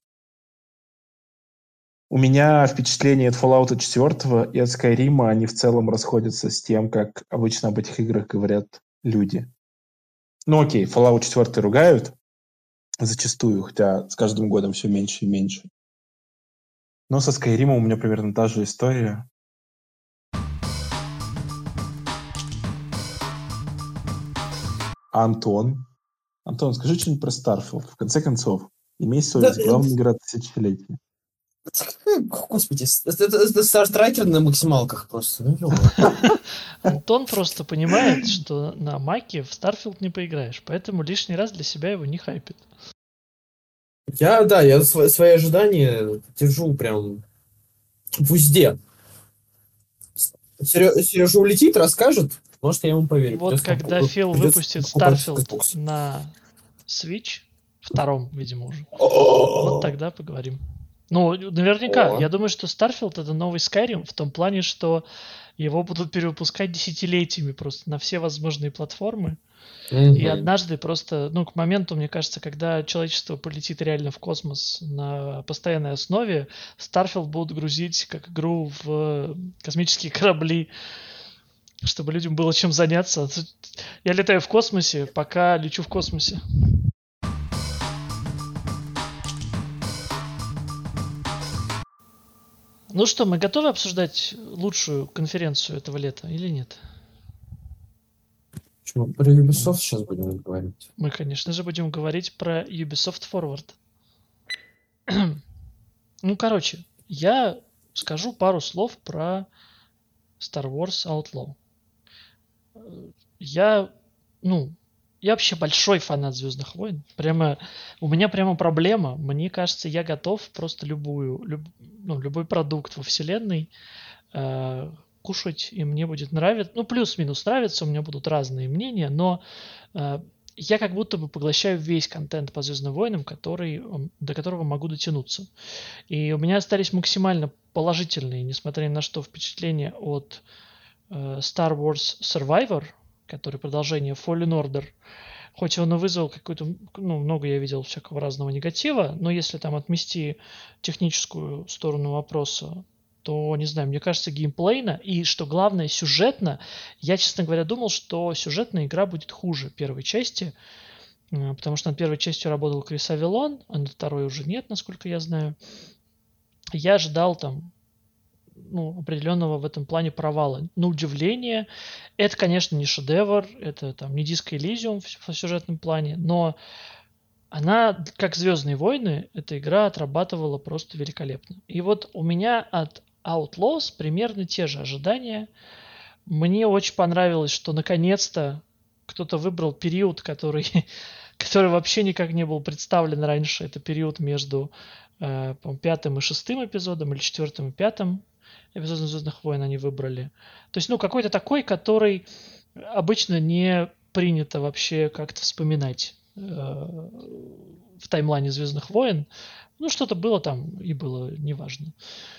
у меня впечатление от Fallout четыре и от Skyrim, они в целом расходятся с тем, как обычно об этих играх говорят люди. Ну окей, Fallout четыре ругают зачастую, хотя с каждым годом все меньше и меньше. Но со Skyrim у меня примерно та же история. Антон. Антон, скажи что-нибудь про Starfield. В конце концов, имей совесть, да, главная игра тысячелетия. Господи, это, это, это Старстрайкер на максималках просто. Антон просто понимает, что на Маке в Starfield не поиграешь, поэтому лишний раз для себя его не хайпит. Я, да, я свои, свои ожидания держу прям в узде. Сережа улетит, расскажет, может, я ему поверю. Вот когда Фил выпустит Starfield на Switch, втором, видимо, уже, вот тогда поговорим. Ну, наверняка. О. Я думаю, что Starfield — это новый Skyrim в том плане, что его будут перевыпускать десятилетиями просто на все возможные платформы. Mm-hmm. И однажды просто, ну, к моменту, мне кажется, когда человечество полетит реально в космос на постоянной основе, Starfield будут грузить как игру в космические корабли, чтобы людям было чем заняться. Я летаю в космосе, пока лечу в космосе. Ну что, мы готовы обсуждать лучшую конференцию этого лета или нет? Почему? Про Ubisoft сейчас будем говорить. Мы, конечно же, будем говорить про Ubisoft Forward. Ну, короче, я скажу пару слов про Star Wars Outlaw. Я, ну, я вообще большой фанат Звездных войн. Прямо, у меня прямо проблема. Мне кажется, я готов просто любую, люб, ну, любой продукт во вселенной э, кушать, и мне будет нравиться. Ну, плюс-минус нравится, у меня будут разные мнения, но э, я как будто бы поглощаю весь контент по Звездным войнам, который, до которого могу дотянуться. И у меня остались максимально положительные, несмотря ни на что, впечатления от э, Star Wars Survivor, который продолжение Fallen Order. Хоть он и вызвал какую-то, ну, много я видел всякого разного негатива, но если там отмести техническую сторону вопроса, то, не знаю, мне кажется, геймплейно и, что главное, сюжетно, я, честно говоря, думал, что сюжетная игра будет хуже первой части, потому что над первой частью работал Крис Авилон, а над второй уже нет, насколько я знаю. Я ожидал там, ну, определенного в этом плане провала. На удивление, это, конечно, не шедевр, это там не Disco Elysium в, в сюжетном плане, но она, как «Звездные войны», эта игра отрабатывала просто великолепно. И вот у меня от Outlaws примерно те же ожидания. Мне очень понравилось, что наконец-то кто-то выбрал период, который, который вообще никак не был представлен раньше. Это период между э, пятым и шестым эпизодом, или четвертым и пятым эпизодом «Звездных войн» они выбрали. То есть, ну, какой-то такой, который обычно не принято вообще как-то вспоминать э, в таймлайне «Звездных войн». Ну, что-то было там и было, неважно.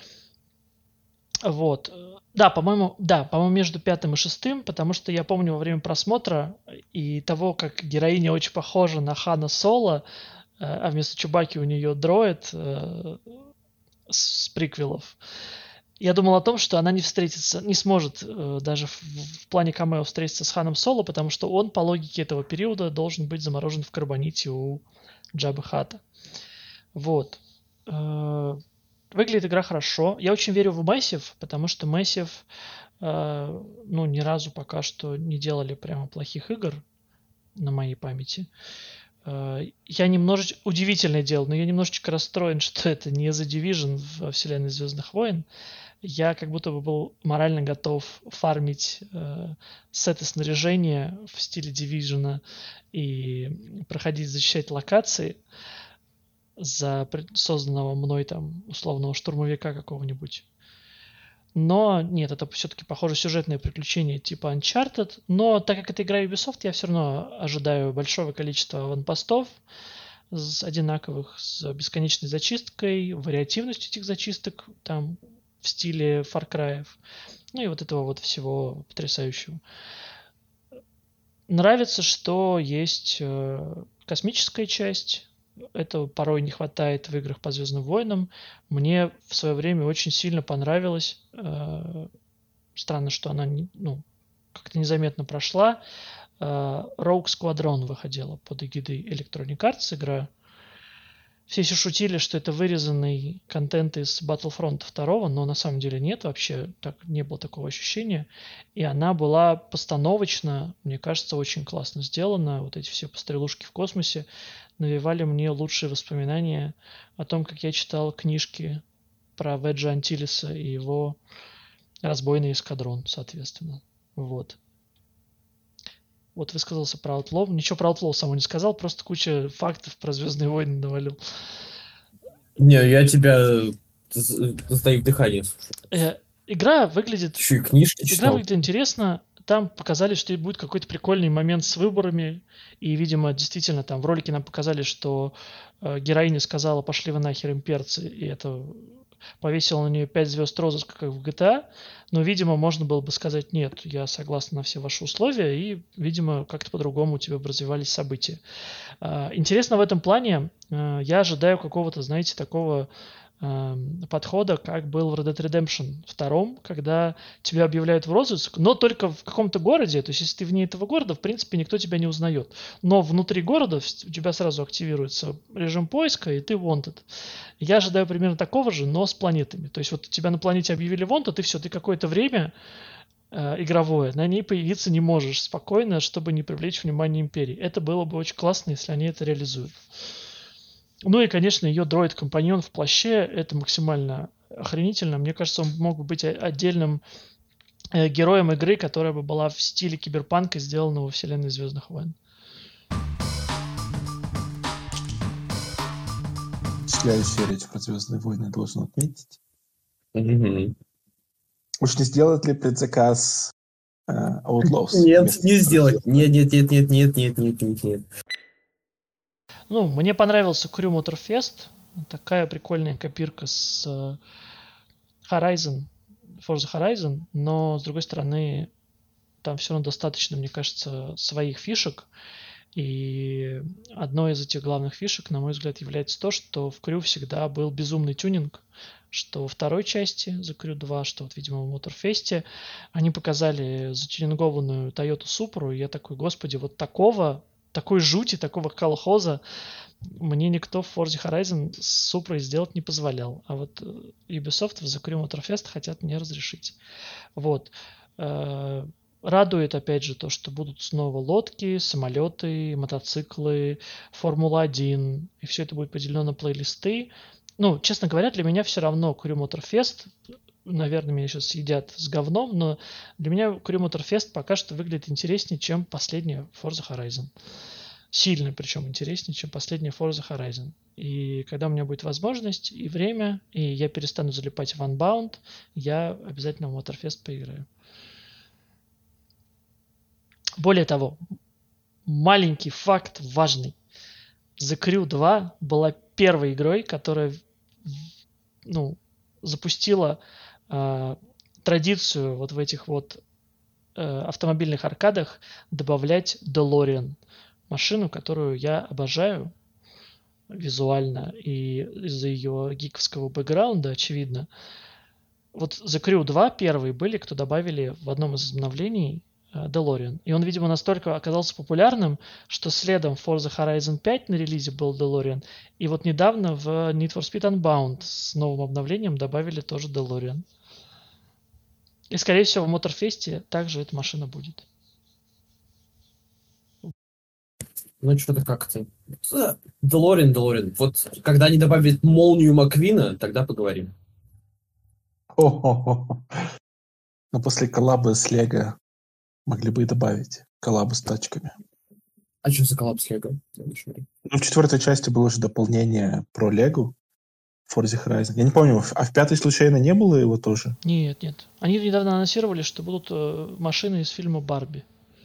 Вот. Да, по-моему, да, по-моему, между пятым и шестым, потому что я помню во время просмотра и того, как героиня очень похожа на Хана Соло, а вместо Чубаки у нее дроид э, с приквелов. Я думал о том, что она не встретится, не сможет э, даже в, в плане камео встретиться с Ханом Соло, потому что он, по логике этого периода, должен быть заморожен в карбоните у Джаббы Хатта. Вот. Э, Выглядит игра хорошо. Я очень верю в Massive, потому что Massive, э, ну, ни разу пока что не делали прямо плохих игр на моей памяти. Э, я немножечко... Удивительное дело, но я немножечко расстроен, что это не The Division во вселенной Звездных войн. Я как будто бы был морально готов фармить э, сеты снаряжения в стиле Division и проходить, зачищать локации за созданного мной там условного штурмовика какого-нибудь. Но нет, это все-таки, похоже, сюжетное приключение типа Uncharted. Но так как это игра Ubisoft, я все равно ожидаю большого количества аванпостов с одинаковых, с бесконечной зачисткой, вариативностью этих зачисток там в стиле Far Cry. Ну и вот этого вот всего потрясающего. Нравится, что есть космическая часть. Этого порой не хватает в играх по Звездным войнам. Мне в свое время очень сильно понравилось. Странно, что она ну, как-то незаметно прошла. Rogue Squadron выходила под эгидой Electronic Arts игра. Все еще шутили, что это вырезанный контент из Battlefront два, но на самом деле нет, вообще так, не было такого ощущения. И она была постановочно, мне кажется, очень классно сделана. Вот эти все пострелушки в космосе навевали мне лучшие воспоминания о том, как я читал книжки про Веджа Антилиса и его разбойный эскадрон, соответственно. Вот. Вот высказался про Outlaw. Ничего про Outlaw самому не сказал, просто куча фактов про Звездные войны навалил. Не, я тебя затаив дыхание. Э, игра выглядит... Еще и книжки Игра читал. выглядит интересно. Там показали, что будет какой-то прикольный момент с выборами. И, видимо, действительно, там в ролике нам показали, что э, героиня сказала: пошли вы нахер, имперцы. И это повесило на нее пять звезд розыска, как в джи ти эй. Но, видимо, можно было бы сказать: нет, я согласна на все ваши условия. И, видимо, как-то по-другому у тебя бы развивались события. Э, интересно в этом плане. Э, я ожидаю какого-то, знаете, такого подхода, как был в Red Dead Redemption два, когда тебя объявляют в розыск, но только в каком-то городе. То есть, если ты вне этого города, в принципе, никто тебя не узнает. Но внутри города у тебя сразу активируется режим поиска, и ты wanted. Я ожидаю примерно такого же, но с планетами. То есть, вот тебя на планете объявили wanted, и все, ты какое-то время э, игровое, на ней появиться не можешь спокойно, чтобы не привлечь внимание Империи. Это было бы очень классно, если они это реализуют. Ну и, конечно, ее дроид-компаньон в плаще, это максимально охренительно. Мне кажется, он мог бы быть отдельным э, героем игры, которая бы была в стиле киберпанка, сделана во вселенной Звездных войн. Впечатляющая речь про Звездные войны, должен отметить. Мгм. Уж не сделает ли предзаказ э, Outlaws? Нет, вместо не сделать. Starfield? Нет, нет, нет, нет, нет, нет, нет, нет, нет. Ну, мне понравился Crew Motorfest. Такая прикольная копирка с э, Horizon, Forza Horizon, но, с другой стороны, там все равно достаточно, мне кажется, своих фишек. И одной из этих главных фишек, на мой взгляд, является то, что в Crew всегда был безумный тюнинг, что во второй части The Crew два, что вот, видимо, в Motorfest они показали затюнингованную Toyota Supra, и я такой, господи, вот такого, такой жути, такого колхоза мне никто в Forza Horizon с Supra сделать не позволял. А вот э, Ubisoft в The Crew Motorfest хотят мне разрешить. Вот. Э, Радует, опять же, то, что будут снова лодки, самолеты, мотоциклы, Формула один, и все это будет поделено на плейлисты. Ну, честно говоря, для меня все равно Crew Motorfest, наверное, меня сейчас съедят с говном, но для меня Crew Motorfest пока что выглядит интереснее, чем последняя Forza Horizon. Сильно, причем интереснее, чем последняя Forza Horizon. И когда у меня будет возможность и время, и я перестану залипать в Unbound, я обязательно в Motorfest поиграю. Более того, маленький факт важный. The Crew два была первой игрой, которая ну, запустила э, традицию вот в этих вот э, автомобильных аркадах добавлять DeLorean. Машину, которую я обожаю визуально и из-за ее гиковского бэкграунда, очевидно. Вот The Crew два первые были, кто добавили в одном из обновлений DeLorean. И он, видимо, настолько оказался популярным, что следом Forza Horizon пять на релизе был DeLorean. И вот недавно в Need for Speed Unbound с новым обновлением добавили тоже DeLorean. И, скорее всего, в Motorfest также эта машина будет. Ну, что-то как-то. Делориан, Делориан. Вот когда они добавят молнию Маквина, тогда поговорим. Хо-хо-хо. Но после коллаба с Лего могли бы и добавить коллабу с тачками. А что за коллаб с Лего? Ну, в четвертой части было же дополнение про Лего Forza Horizon. Я не помню, а в пятой случайно не было его тоже? Нет, нет. Они недавно анонсировали, что будут э, машины из фильма «Барби».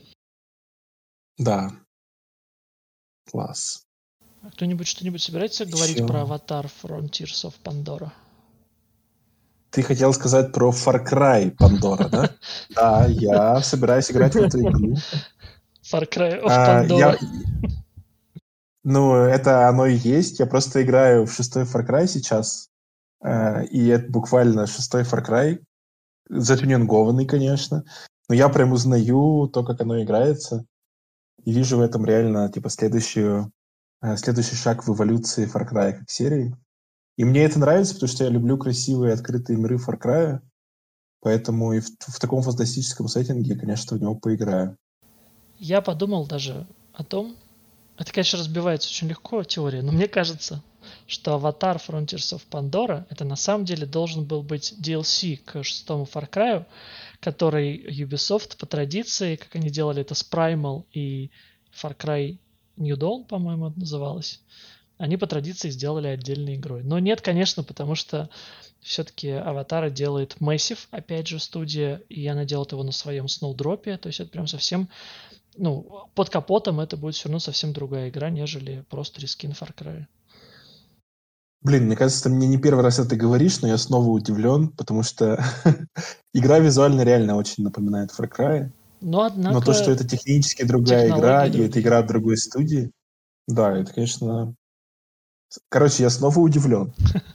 Да. Класс. А кто-нибудь что-нибудь собирается говорить Чё? про «Аватар Frontiers of Pandora»? Ты хотел сказать про Far Cry Pandora, да? Да, я собираюсь играть в эту игру. Far Cry of А, Pandora. я- Ну, это оно и есть. Я просто играю в шестой Far Cry сейчас. Э, И это буквально шестой Far Cry. Затюнингованный, конечно. Но я прям узнаю то, как оно играется. И вижу в этом реально, типа, следующую, э, следующий шаг в эволюции Far Cry как серии. И мне это нравится, потому что я люблю красивые открытые миры Far Cry. Поэтому и в, в таком фантастическом сеттинге, конечно, в него поиграю. Я подумал даже о том, это, конечно, разбивается очень легко, теория, но мне кажется, что Avatar Frontiers of Pandora это на самом деле должен был быть ди эл си к шестому Far Cry, который Ubisoft по традиции, как они делали это с Primal и Far Cry New Dawn, по-моему, это называлось, они по традиции сделали отдельной игрой. Но нет, конечно, потому что все-таки Аватара делает Massive, опять же, студия, и она делает его на своем Snowdrop'е, то есть это прям совсем, ну, под капотом это будет все равно совсем другая игра, нежели просто рескин Far Cry. Блин, мне кажется, ты мне не первый раз это говоришь, но я снова удивлен, потому что игра визуально реально очень напоминает Far Cry. Но, однако, Но то, что это технически другая игра, технологии и это другие. игра от другой студии, да, это, конечно... Короче, я снова удивлен.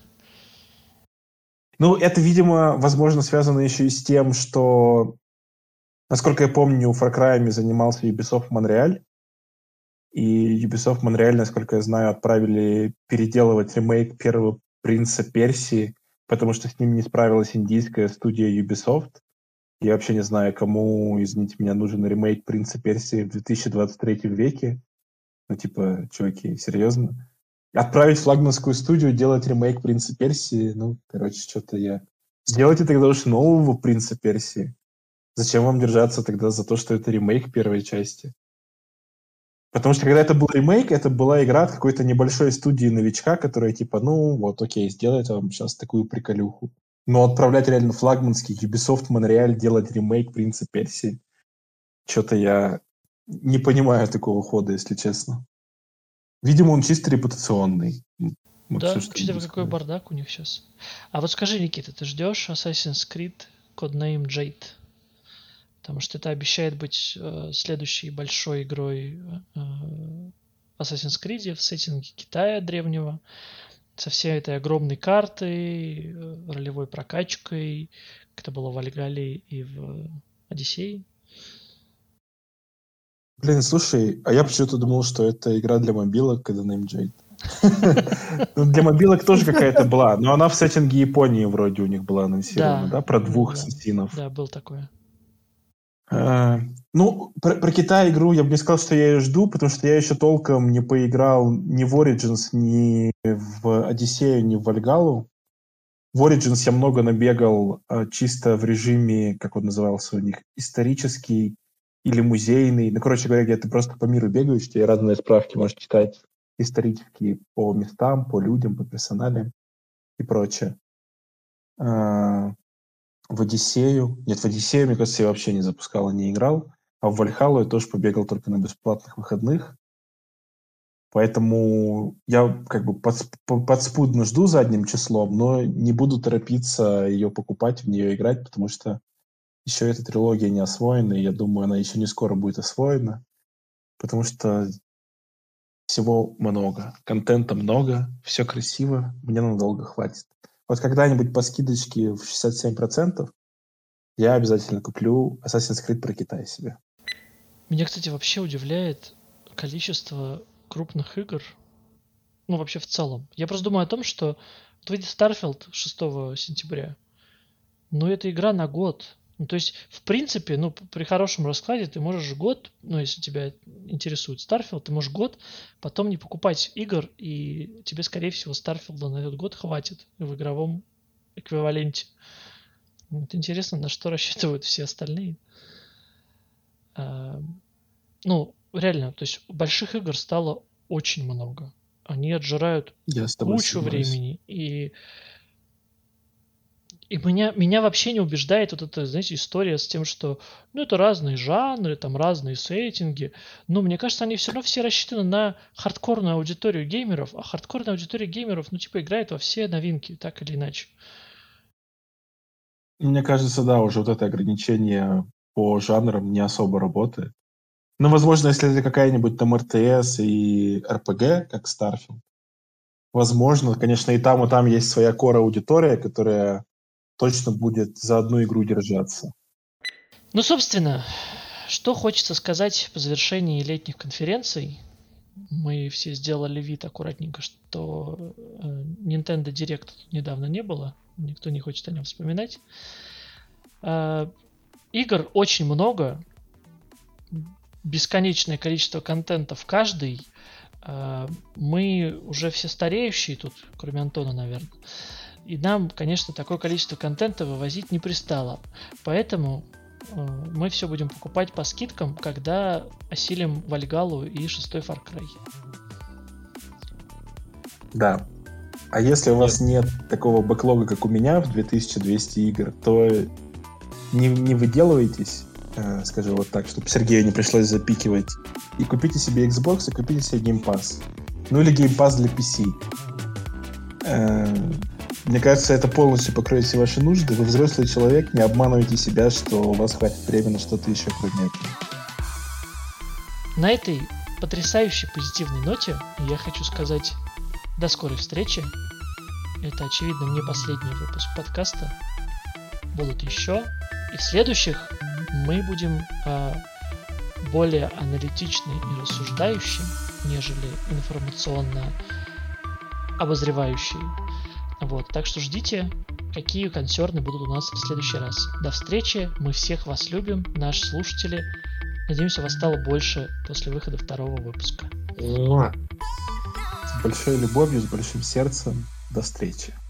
Ну, это, видимо, возможно, связано еще и с тем, что, насколько я помню, Far Cry занимался Ubisoft Montreal, и Ubisoft Montreal, насколько я знаю, отправили переделывать ремейк первого «Принца Персии», потому что с ним не справилась индийская студия Ubisoft. Я вообще не знаю, кому, извините меня, нужен ремейк «Принца Персии» в две тысячи двадцать третьем веке. Ну, типа, чуваки, серьезно? Отправить флагманскую студию делать ремейк «Принца Персии»? Ну, короче, что-то я... Сделайте тогда уж нового «Принца Персии». Зачем вам держаться тогда за то, что это ремейк первой части? Потому что когда это был ремейк, это была игра от какой-то небольшой студии новичка, которая типа, ну, вот, окей, сделает вам сейчас такую приколюху. Но отправлять реально флагманский Ubisoft Montreal делать ремейк «Принца Персии», что-то я не понимаю такого хода, если честно. Видимо, он чисто репутационный. Вот да, учитывая, какой бардак у них сейчас. А вот скажи, Никита, ты ждешь Assassin's Creed Codename Jade? Потому что это обещает быть э, следующей большой игрой э, Assassin's Creed в сеттинге Китая древнего, со всей этой огромной картой, э, ролевой прокачкой, как это было в Вальгалле и в Одиссее. Блин, слушай, а я почему-то думал, что это игра для мобилок, Codename Jade. Для мобилок тоже какая-то была, но она в сеттинге Японии вроде у них была анонсирована, да? Про двух ассасинов. Да, был такое. Ну, про, про Китай игру я бы не сказал, что я ее жду, потому что я еще толком не поиграл ни в Origins, ни в Одиссею, ни в Вальгаллу. В Origins я много набегал чисто в режиме, как он назывался у них, исторический или музейный. Ну, короче говоря, где ты просто по миру бегаешь, тебе разные справки можешь читать исторические по местам, по людям, по персоналям и прочее. В Одиссею... Нет, в Одиссею, мне кажется, я вообще не запускал и не играл. А в Вальхаллу я тоже побегал только на бесплатных выходных. Поэтому я как бы подсп- подспудно жду задним числом, но не буду торопиться ее покупать, в нее играть, потому что еще эта трилогия не освоена, и я думаю, она еще не скоро будет освоена, потому что всего много, контента много, все красиво, мне надолго хватит. Вот когда-нибудь по скидочке в шестьдесят семь процентов я обязательно куплю Assassin's Creed про Китай себе. Меня, кстати, вообще удивляет количество крупных игр, ну, вообще в целом. Я просто думаю о том, что вот выйдет Starfield шестого сентября, но это игра на год. Ну, то есть, в принципе, ну, при хорошем раскладе ты можешь год, ну, если тебя интересует Starfield, ты можешь год потом не покупать игр, и тебе, скорее всего, Starfield на этот год хватит в игровом эквиваленте. Вот интересно, на что рассчитывают все остальные. А, ну, реально, то есть больших игр стало очень много. Они отжирают кучу времени. И, и меня, меня вообще не убеждает вот эта, знаете, история с тем, что ну, это разные жанры, там разные сеттинги. Но мне кажется, они все равно все рассчитаны на хардкорную аудиторию геймеров. А хардкорная аудитория геймеров, ну, типа, играет во все новинки, так или иначе. Мне кажется, да, уже вот это ограничение по жанрам не особо работает. Ну, возможно, если это какая-нибудь там эр тэ эс и эр пи джи, как Starfield, возможно, конечно, и там, и там есть своя кор-аудитория, которая точно будет за одну игру держаться. Ну, собственно, что хочется сказать по завершении летних конференций. Мы все сделали вид аккуратненько, что Nintendo Direct недавно не было. Никто не хочет о нем вспоминать. Игр очень много. Бесконечное количество контента в каждой. Мы уже все стареющие тут, кроме Антона, наверное. И нам, конечно, такое количество контента вывозить не пристало. Поэтому мы все будем покупать по скидкам, когда осилим Вальгаллу и шестой Far Cry. Да. А если у вас нет такого бэклога, как у меня, в две тысячи двести игр, то не, не выделывайтесь, э, скажу вот так, чтобы Сергею не пришлось запикивать, и купите себе Xbox, и купите себе Game Pass. Ну или Game Pass для пи си. Э, мне кажется, это полностью покроет все ваши нужды. Вы взрослый человек, не обманывайте себя, что у вас хватит времени на что-то еще, кроме этого. На этой потрясающей позитивной ноте я хочу сказать до скорой встречи. Это, очевидно, не последний выпуск подкаста. Будут еще. И в следующих мы будем э, более аналитичны и рассуждающие, нежели информационно обозревающие. Вот, так что ждите. какие консерны будут у нас в следующий раз. До встречи, мы всех вас любим, наши слушатели. Надеемся, вас стало больше после выхода второго выпуска. Муа. С большой любовью, с большим сердцем. До встречи.